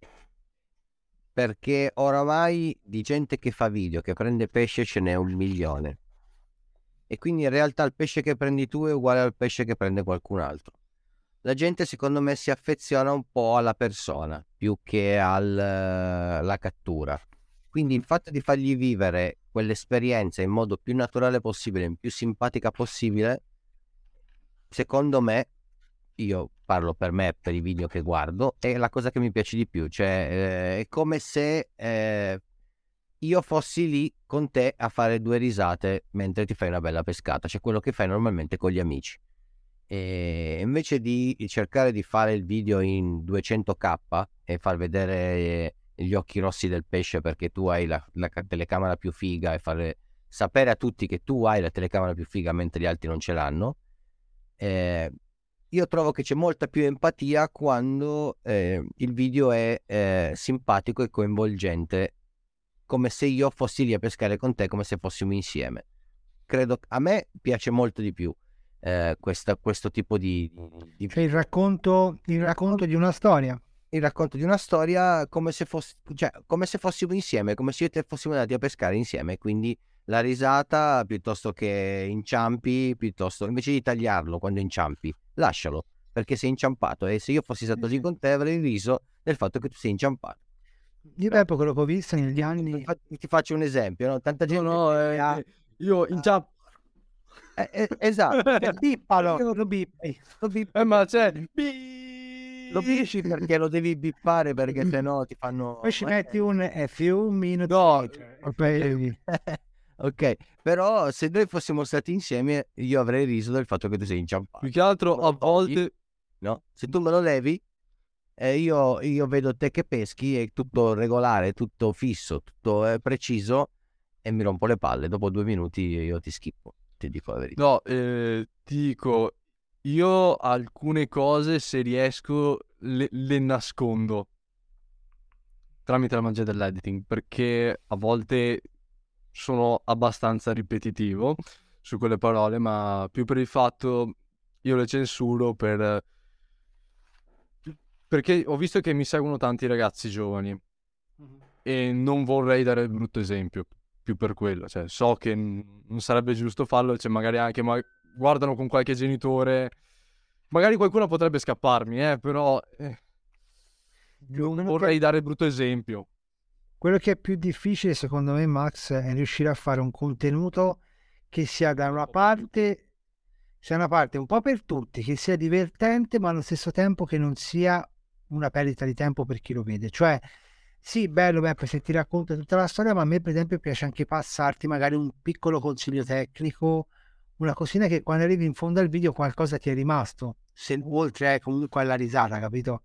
perché oramai di gente che fa video, che prende pesce ce n'è un milione e quindi in realtà il pesce che prendi tu è uguale al pesce che prende qualcun altro. La gente secondo me si affeziona un po' alla persona più che alla cattura. Quindi il fatto di fargli vivere quell'esperienza in modo più naturale possibile, più simpatica possibile, secondo me, io parlo per me, per i video che guardo, è la cosa che mi piace di più. Cioè eh, è come se eh, io fossi lì con te a fare due risate mentre ti fai una bella pescata, cioè quello che fai normalmente con gli amici. E invece di cercare di fare il video in duecento k e far vedere gli occhi rossi del pesce perché tu hai la, la telecamera più figa e fare sapere a tutti che tu hai la telecamera più figa mentre gli altri non ce l'hanno, eh, io trovo che c'è molta più empatia quando eh, il video è eh, simpatico e coinvolgente, come se io fossi lì a pescare con te, come se fossimo insieme. Credo, a me piace molto di più Eh, questa, questo tipo di, di Cioè il racconto, il racconto di una storia. il racconto di una storia come se, fosse, cioè, come se fossimo insieme, come se io e te fossimo andati a pescare insieme, quindi la risata piuttosto che inciampi, piuttosto invece di tagliarlo quando inciampi, lascialo, perché sei inciampato e se io fossi stato lì con te avrei riso del fatto che tu sei inciampato. Io tempo quello che ho visto negli anni... Infatti, ti faccio un esempio, no? Tanta No, gente no, eh, ha- io inciampo. Eh, eh, esatto, Eh, bippalo, lo bippi. lo bippi, Eh, ma c'è... lo bippi perché lo devi bippare perché sennò ti fanno Poi ci metti un a few minutes No. later. E poi- ok, però se noi fossimo stati insieme io avrei riso del fatto che tu sei inciampato. Più che altro a volte... No? Se tu me lo levi eh, io, io vedo te che peschi, è tutto regolare, tutto fisso, tutto eh, preciso e mi rompo le palle. Dopo due minuti io ti schippo, ti dico la verità. No, eh, ti dico, io alcune cose se riesco le, le nascondo tramite la magia dell'editing, perché a volte sono abbastanza ripetitivo su quelle parole, ma più per il fatto io le censuro per... perché ho visto che mi seguono tanti ragazzi giovani e non vorrei dare il brutto esempio. più per quello, cioè so che n- non sarebbe giusto farlo, cioè magari anche ma- guardano con qualche genitore, magari qualcuno potrebbe scapparmi, eh, però eh, non Quello vorrei che, dare brutto esempio. quello che è più difficile secondo me, Max, è riuscire a fare un contenuto che sia da una parte, sia una parte un po' per tutti, che sia divertente, ma allo stesso tempo che non sia una perdita di tempo per chi lo vede. Cioè, sì, bello, Beppe, se ti racconta tutta la storia, ma a me per esempio piace anche passarti magari un piccolo consiglio tecnico, una cosina che quando arrivi in fondo al video qualcosa ti è rimasto, se oltre eh, comunque alla risata, capito?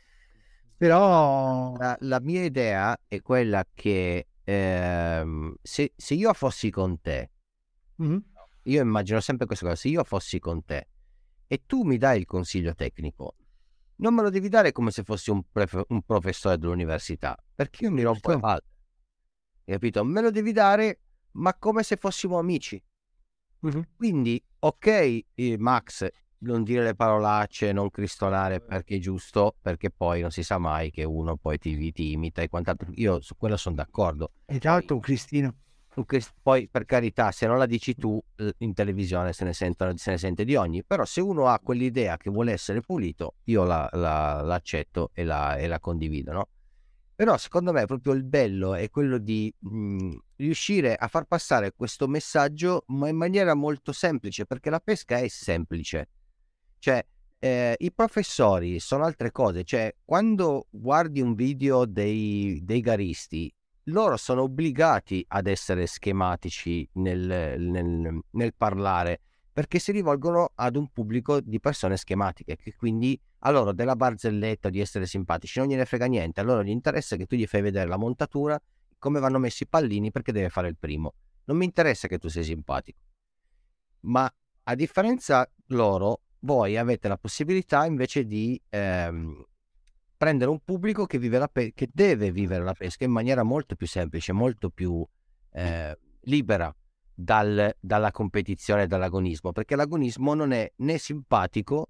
Però La, la mia idea è quella che ehm, se, se io fossi con te, Mhm. io immagino sempre questa cosa, se io fossi con te e tu mi dai il consiglio tecnico, non me lo devi dare come se fossi un, pref- un professore dell'università, perché io mi rompo le Giusto. palle, hai capito? Me lo devi dare, ma come se fossimo amici. Mhm. Quindi, ok, eh, Max, non dire le parolacce, non cristolare perché è giusto, perché poi non si sa mai che uno poi ti, ti imita e quant'altro. Io su quello sono d'accordo. E tra l'altro un Cristino. Un cris- Poi, per carità, se non la dici tu, eh, in televisione se ne, sentono, se ne sente di ogni. Però se uno ha quell'idea che vuole essere pulito, io la, la- l'accetto e la, e la condivido, no? Però secondo me proprio il bello è quello di mh, riuscire a far passare questo messaggio, ma in maniera molto semplice, perché la pesca è semplice. Cioè, eh, i professori sono altre cose. Cioè, quando guardi un video dei, dei garisti, loro sono obbligati ad essere schematici nel, nel, nel parlare, perché si rivolgono ad un pubblico di persone schematiche, che quindi a loro della barzelletta, di essere simpatici, non gliene frega niente. A loro gli interessa che tu gli fai vedere la montatura, come vanno messi i pallini, perché deve fare il primo. Non mi interessa che tu sei simpatico. Ma a differenza loro, voi avete la possibilità invece di ehm, prendere un pubblico che, vive la pe- che deve vivere la pesca in maniera molto più semplice, molto più eh, libera dal- dalla competizione e dall'agonismo, perché l'agonismo non è né simpatico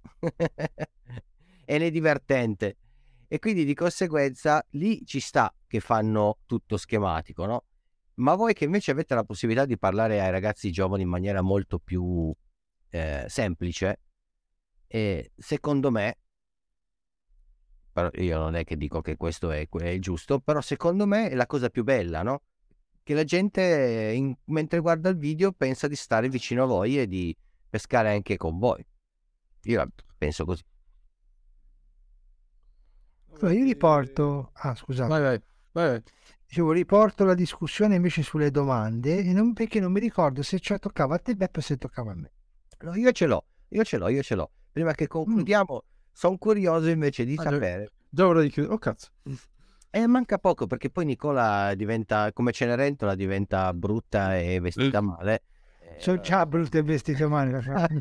e né divertente. E quindi di conseguenza lì ci sta che fanno tutto schematico, no? Ma voi che invece avete la possibilità di parlare ai ragazzi giovani in maniera molto più eh, semplice, e secondo me, però io non è che dico che questo è, è il giusto, però secondo me è la cosa più bella, no? Che la gente in- mentre guarda il video pensa di stare vicino a voi e di pescare anche con voi. Io la penso così. Allora, io riporto, ah scusate, Vai, vai, vai, vai. dicevo, riporto la discussione invece sulle domande, e non, perché non mi ricordo se cioè toccava a te Beppe o se toccava a me. No, io ce l'ho, io ce l'ho, io ce l'ho. Prima che Mm. concludiamo, sono curioso invece di Ah, già- sapere. Già ora di chiudere. Oh cazzo. E manca poco perché poi Nicola diventa, come Cenerentola, diventa brutta e vestita male. Sono già brutte e vestite male.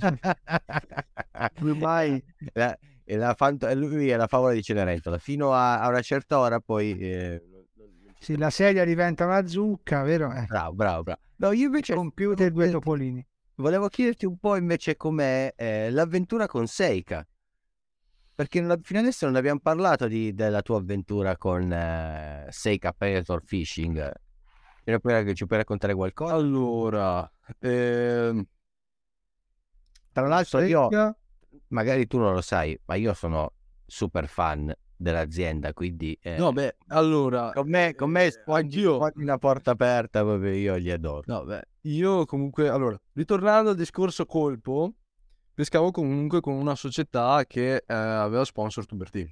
Ormai La, è la fant- lui è la favola di Cenerentola. Fino a, a una certa ora poi... eh, non- non- non ci sì, sta- la sedia diventa una zucca, vero? Eh. Bravo, bravo, bravo. No, io invece Computer e due topolini. volevo chiederti un po' invece com'è eh, l'avventura con Seika. Perché non- fino adesso non abbiamo parlato di- della tua avventura con eh, Seika Predator Fishing. Ci puoi, ci puoi raccontare qualcosa? Allora, ehm, Tra l'altro io, Secca. magari tu non lo sai, ma io sono super fan dell'azienda, quindi eh, no, beh, allora, con me, con me eh, sfondi, anch'io, sfondi una porta aperta, proprio io li adoro. no, beh, io comunque, allora, ritornando al discorso colpo, pescavo comunque con una società che eh, aveva sponsor Tubertini.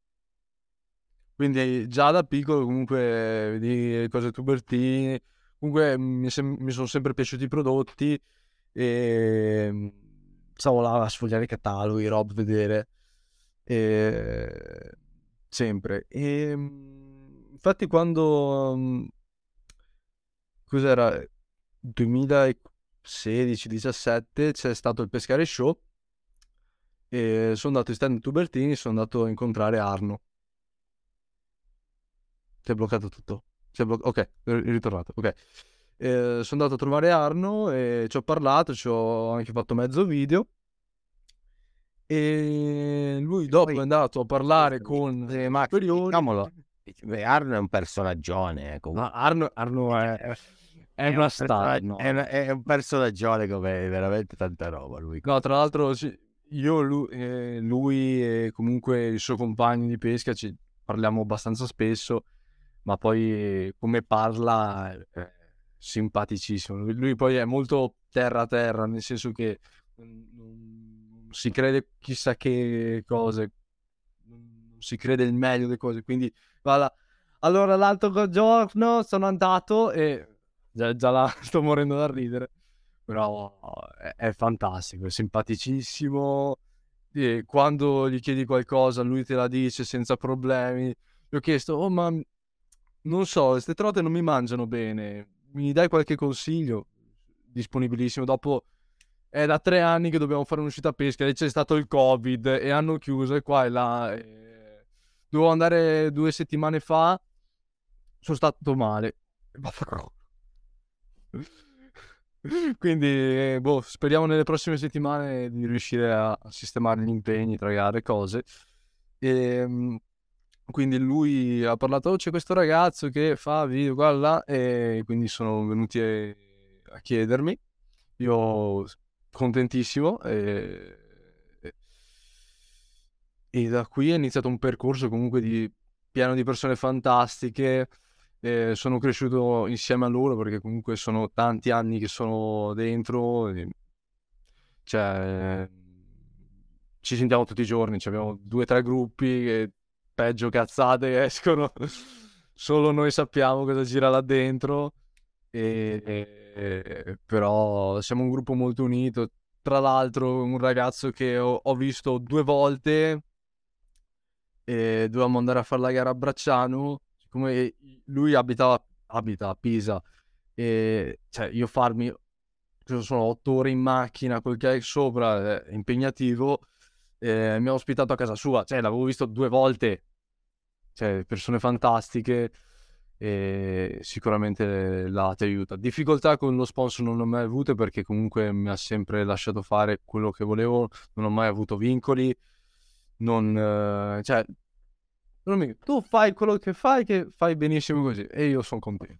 Quindi già da piccolo comunque vedi cose Tubertini, comunque mi, sem- mi sono sempre piaciuti i prodotti e mm, stavo là a sfogliare i cataloghi, rob, vedere, e... sempre. E mm, infatti quando, mm, cos'era, duemilasedici diciassette c'è stato il Pescare Show e sono andato in stand Tubertini, sono andato a incontrare Arno. Si è bloccato tutto. Si è blo- ok, è ritornato. Ok. Eh, sono andato a trovare Arno e ci ho parlato, ci ho anche fatto mezzo video. E lui dopo Poi- è andato a parlare con Eh, Max, superiori. diciamolo, beh, Arno è un personaggione. eh, comunque. No, Arno, Arno è... è una un star, personaggio- no. è, una- è un personaggione come veramente tanta roba lui. No, tra l'altro sì, io, lui, eh, lui e comunque il suo compagno di pesca ci parliamo abbastanza spesso, ma poi eh, come parla è simpaticissimo. Lui, lui poi è molto terra a terra, nel senso che non, non si crede chissà che cose, non si crede il meglio delle cose, quindi va là. Allora l'altro giorno sono andato e già, già là sto morendo da ridere. Però è, è fantastico, è simpaticissimo. E quando gli chiedi qualcosa, lui te la dice senza problemi. Gli ho chiesto, oh, ma non so, queste trote non mi mangiano bene. Mi dai qualche consiglio? Disponibilissimo. Dopo è da tre anni che dobbiamo fare un'uscita a pesca e c'è stato il Covid e hanno chiuso e qua e là. E... Dovevo andare due settimane fa, sono stato male. Quindi, eh, boh, speriamo nelle prossime settimane di riuscire a, a sistemare gli impegni tra gare e cose. E, mm, quindi lui ha parlato, oh, c'è questo ragazzo che fa video qua e là, e quindi sono venuti a, a chiedermi. Io contentissimo e, e- e da qui è iniziato un percorso comunque di pieno di persone fantastiche. Eh, sono cresciuto insieme a loro perché comunque sono tanti anni che sono dentro, e, cioè ci sentiamo tutti i giorni, cioè, abbiamo due o tre gruppi e peggio cazzate escono, solo noi sappiamo cosa gira là dentro, e, e- però siamo un gruppo molto unito. Tra l'altro un ragazzo che ho, ho visto due volte e dovevamo andare a fare la gara a Bracciano, siccome lui abitava, abita a Pisa, e cioè io farmi, cosa sono otto ore in macchina col kayak sopra, è impegnativo, eh, mi ha ospitato a casa sua, cioè l'avevo visto due volte, cioè persone fantastiche, e sicuramente là ti aiuta. Difficoltà con lo sponsor non ne ho mai avute perché comunque mi ha sempre lasciato fare quello che volevo, non ho mai avuto vincoli, non, eh, cioè, non mi- tu fai quello che fai, che fai benissimo così, e io sono contento.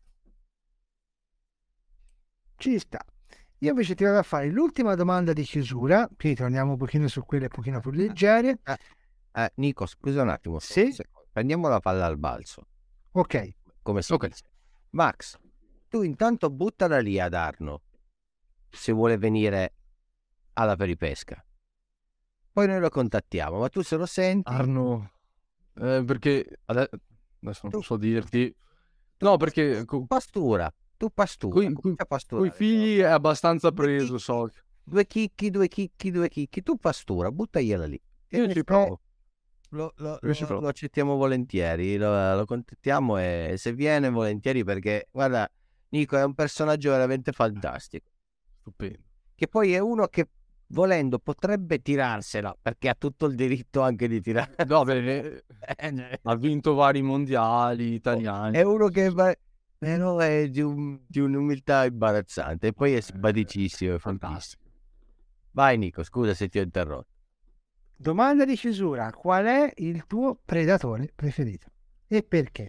Ci sta. Io invece ti vado a fare l'ultima domanda di chiusura, quindi torniamo un pochino su quelle un pochino più leggere. Eh, eh, Nico, scusa un attimo. Sì? un secondo. Prendiamo la palla al balzo, Ok, come si Ok. dice. Max, tu intanto buttala lì ad Arno, se vuole venire alla peripesca. Poi noi lo contattiamo, ma tu se lo senti... Arno, eh, perché ade- adesso Tu- non so dirti, tu no, pas- perché co- pastura, tu pastura, coi, coi- comincia a coi pasturare. figli è abbastanza Due preso, chicchi, so. Due chicchi, due chicchi, due chicchi, tu pastura, buttagliela lì. Io E ci eh, provo. Lo, lo- Io ci lo- provo. lo accettiamo volentieri, lo, lo contattiamo e se viene volentieri perché, guarda, Nico è un personaggio veramente fantastico, Stupendo. che poi è uno che volendo potrebbe tirarsela, perché ha tutto il diritto anche di tirare. No, beh, eh, ha vinto vari mondiali italiani. È uno che va... però è di, un- di un'umiltà imbarazzante e poi è simpaticissimo, è fantastico. Fantastico. Vai Nico, scusa se ti ho interrotto. domanda di chiusura. Qual è il tuo predatore preferito? E perché?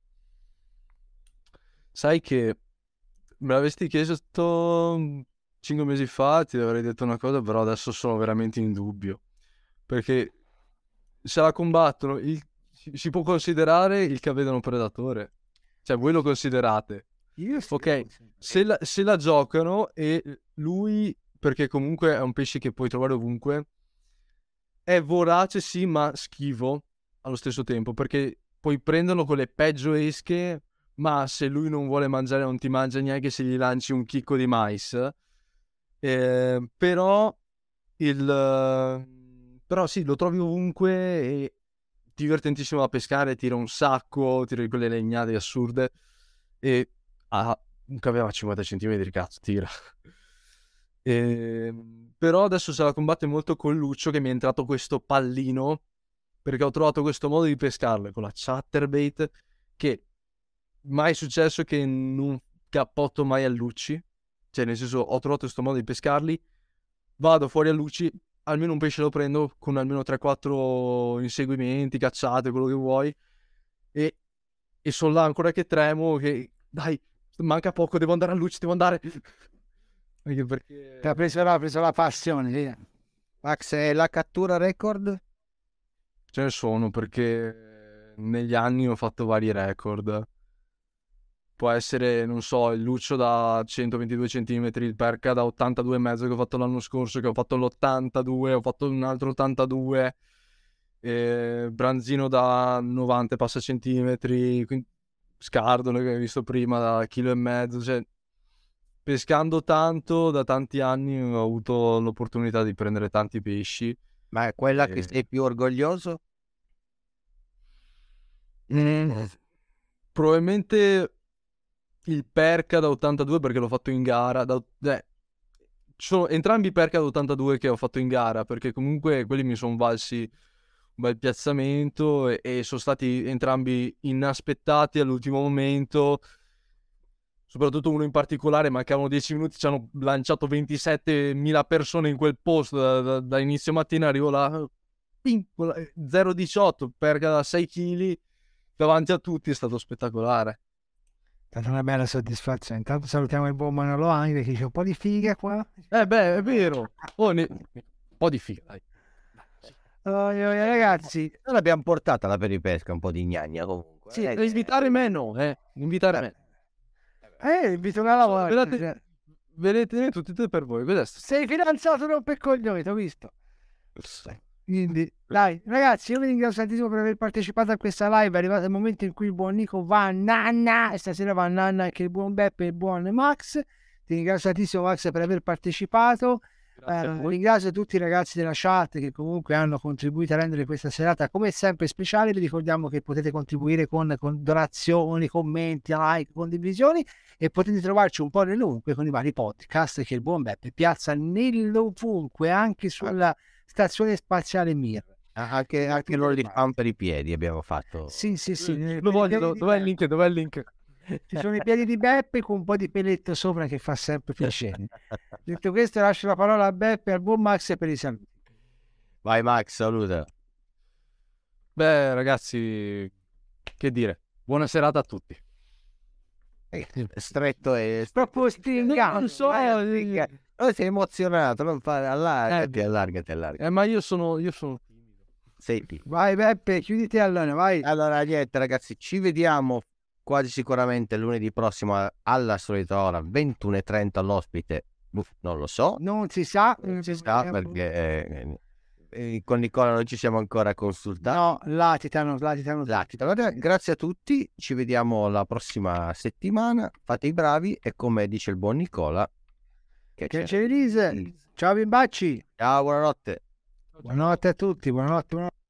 Sai che me l'avresti chiesto cinque mesi fa, ti avrei detto una cosa, però adesso sono veramente in dubbio. Perché se la combattono, il- si si può considerare il che vedono predatore. Cioè, voi lo considerate. Io sì, Ok, se la, se la giocano e lui, perché comunque è un pesce che puoi trovare ovunque, è vorace sì, ma schivo allo stesso tempo, perché puoi prenderlo con le peggio esche, ma se lui non vuole mangiare non ti mangia neanche se gli lanci un chicco di mais. Eh, però il però sì, lo trovi ovunque e divertentissimo da pescare, tira un sacco, tira di quelle legnate assurde e ha un cavolo a cinquanta centimetri, cazzo, tira. E, però adesso se la combatte molto con Luccio, che mi è entrato questo pallino, perché ho trovato questo modo di pescarle con la chatterbait che mai è successo che non cappotto mai a Lucci, cioè nel senso ho trovato questo modo di pescarli, vado fuori a Lucci, almeno un pesce lo prendo con almeno tre quattro inseguimenti, cacciate, quello che vuoi, e, e sono là ancora che tremo, che dai, manca poco, devo andare a luce, devo andare. Anche perché... Ti ha preso, la- ha preso la passione, via. Max, è la cattura record? Ce ne sono, perché negli anni ho fatto vari record. Può essere, non so, il luccio da centoventidue centimetri, il perca da ottantadue e mezzo che ho fatto l'anno scorso, che ho fatto l'ottantadue, ho fatto un altro ottantadue, eh, branzino da novanta e passa centimetri, quindi scardole che hai visto prima da chilo e mezzo, cioè pescando tanto da tanti anni ho avuto l'opportunità di prendere tanti pesci. Ma è quella che Eh. sei più orgoglioso? Probabilmente il perca da ottantadue, perché l'ho fatto in gara. Da, eh, sono entrambi i perca da ottantadue che ho fatto in gara, perché comunque quelli mi sono valsi un bel piazzamento e, e sono stati entrambi inaspettati all'ultimo momento. Soprattutto uno in particolare, mancavano dieci minuti, ci hanno lanciato ventisettemila persone in quel posto da, da- da inizio mattina, arrivo là, ping, zero virgola diciotto, perca da sei chili davanti a tutti, è stato spettacolare. È stata una bella soddisfazione. Intanto salutiamo il buon Manolo anche, che c'è un po' di figa qua. Eh beh, è vero. Oh, ne- un po' di figa, dai. Oh, io- io, ragazzi, Noi l'abbiamo portata alla peripesca, un po' di gnagna comunque. Sì, Eh, invitare me no, eh. Invitare me. eh, invito una lavorare. Vedete- cioè, Vedete tutti e tre per voi. Questo è sei fidanzato, non per coglioni, t'ho visto. Quindi, dai, ragazzi, io vi ringrazio tantissimo per aver partecipato a questa live. È arrivato il momento in cui il buon Nico va a nanna e stasera va a nanna anche il buon Beppe e il buon Max. Ti ringrazio tantissimo, Max, per aver partecipato. Grazie a Eh, voi. ringrazio tutti i ragazzi della chat che comunque hanno contribuito a rendere questa serata come sempre speciale. Vi ricordiamo che potete contribuire con, con donazioni, commenti, like, condivisioni, e potete trovarci un po' nell'ovunque con i vari podcast che il buon Beppe piazza nell'ovunque, anche sulla stazione spaziale Mir. Anche, anche loro di fan per i piedi abbiamo fatto. Sì, sì, sì. Lo voglio, do- dov'è il link? Dov'è il link? Ci sono i piedi di Beppe con un po' di peletto sopra che fa sempre piacere. Detto questo, lascio la parola a Beppe e al buon Max per i saluti. Vai Max, saluta. Beh, ragazzi, che dire. Buona serata a tutti. Eh, Stretto e Proprio stringato. Non so, Vai, eh, oh, sei emozionato, non fare allargati, Eh, allargati, allargati. eh, ma io sono, io sono timido. Sei più. vai Beppe, chiuditi allora, vai. Allora, niente ragazzi, ci vediamo quasi sicuramente lunedì prossimo alla solita ora, ventuno e trenta l'ospite. Uff, non lo so, Non si sa. non si sa perché eh, eh, con Nicola non ci siamo ancora consultati. No, latitano, latitano. Latita. Allora, grazie a tutti, ci vediamo la prossima settimana, fate i bravi e come dice il buon Nicola, che Che c'è? c'è Elise. Ciao bimbacci. Ciao, buonanotte. Buonanotte a tutti, buonanotte, buonanotte.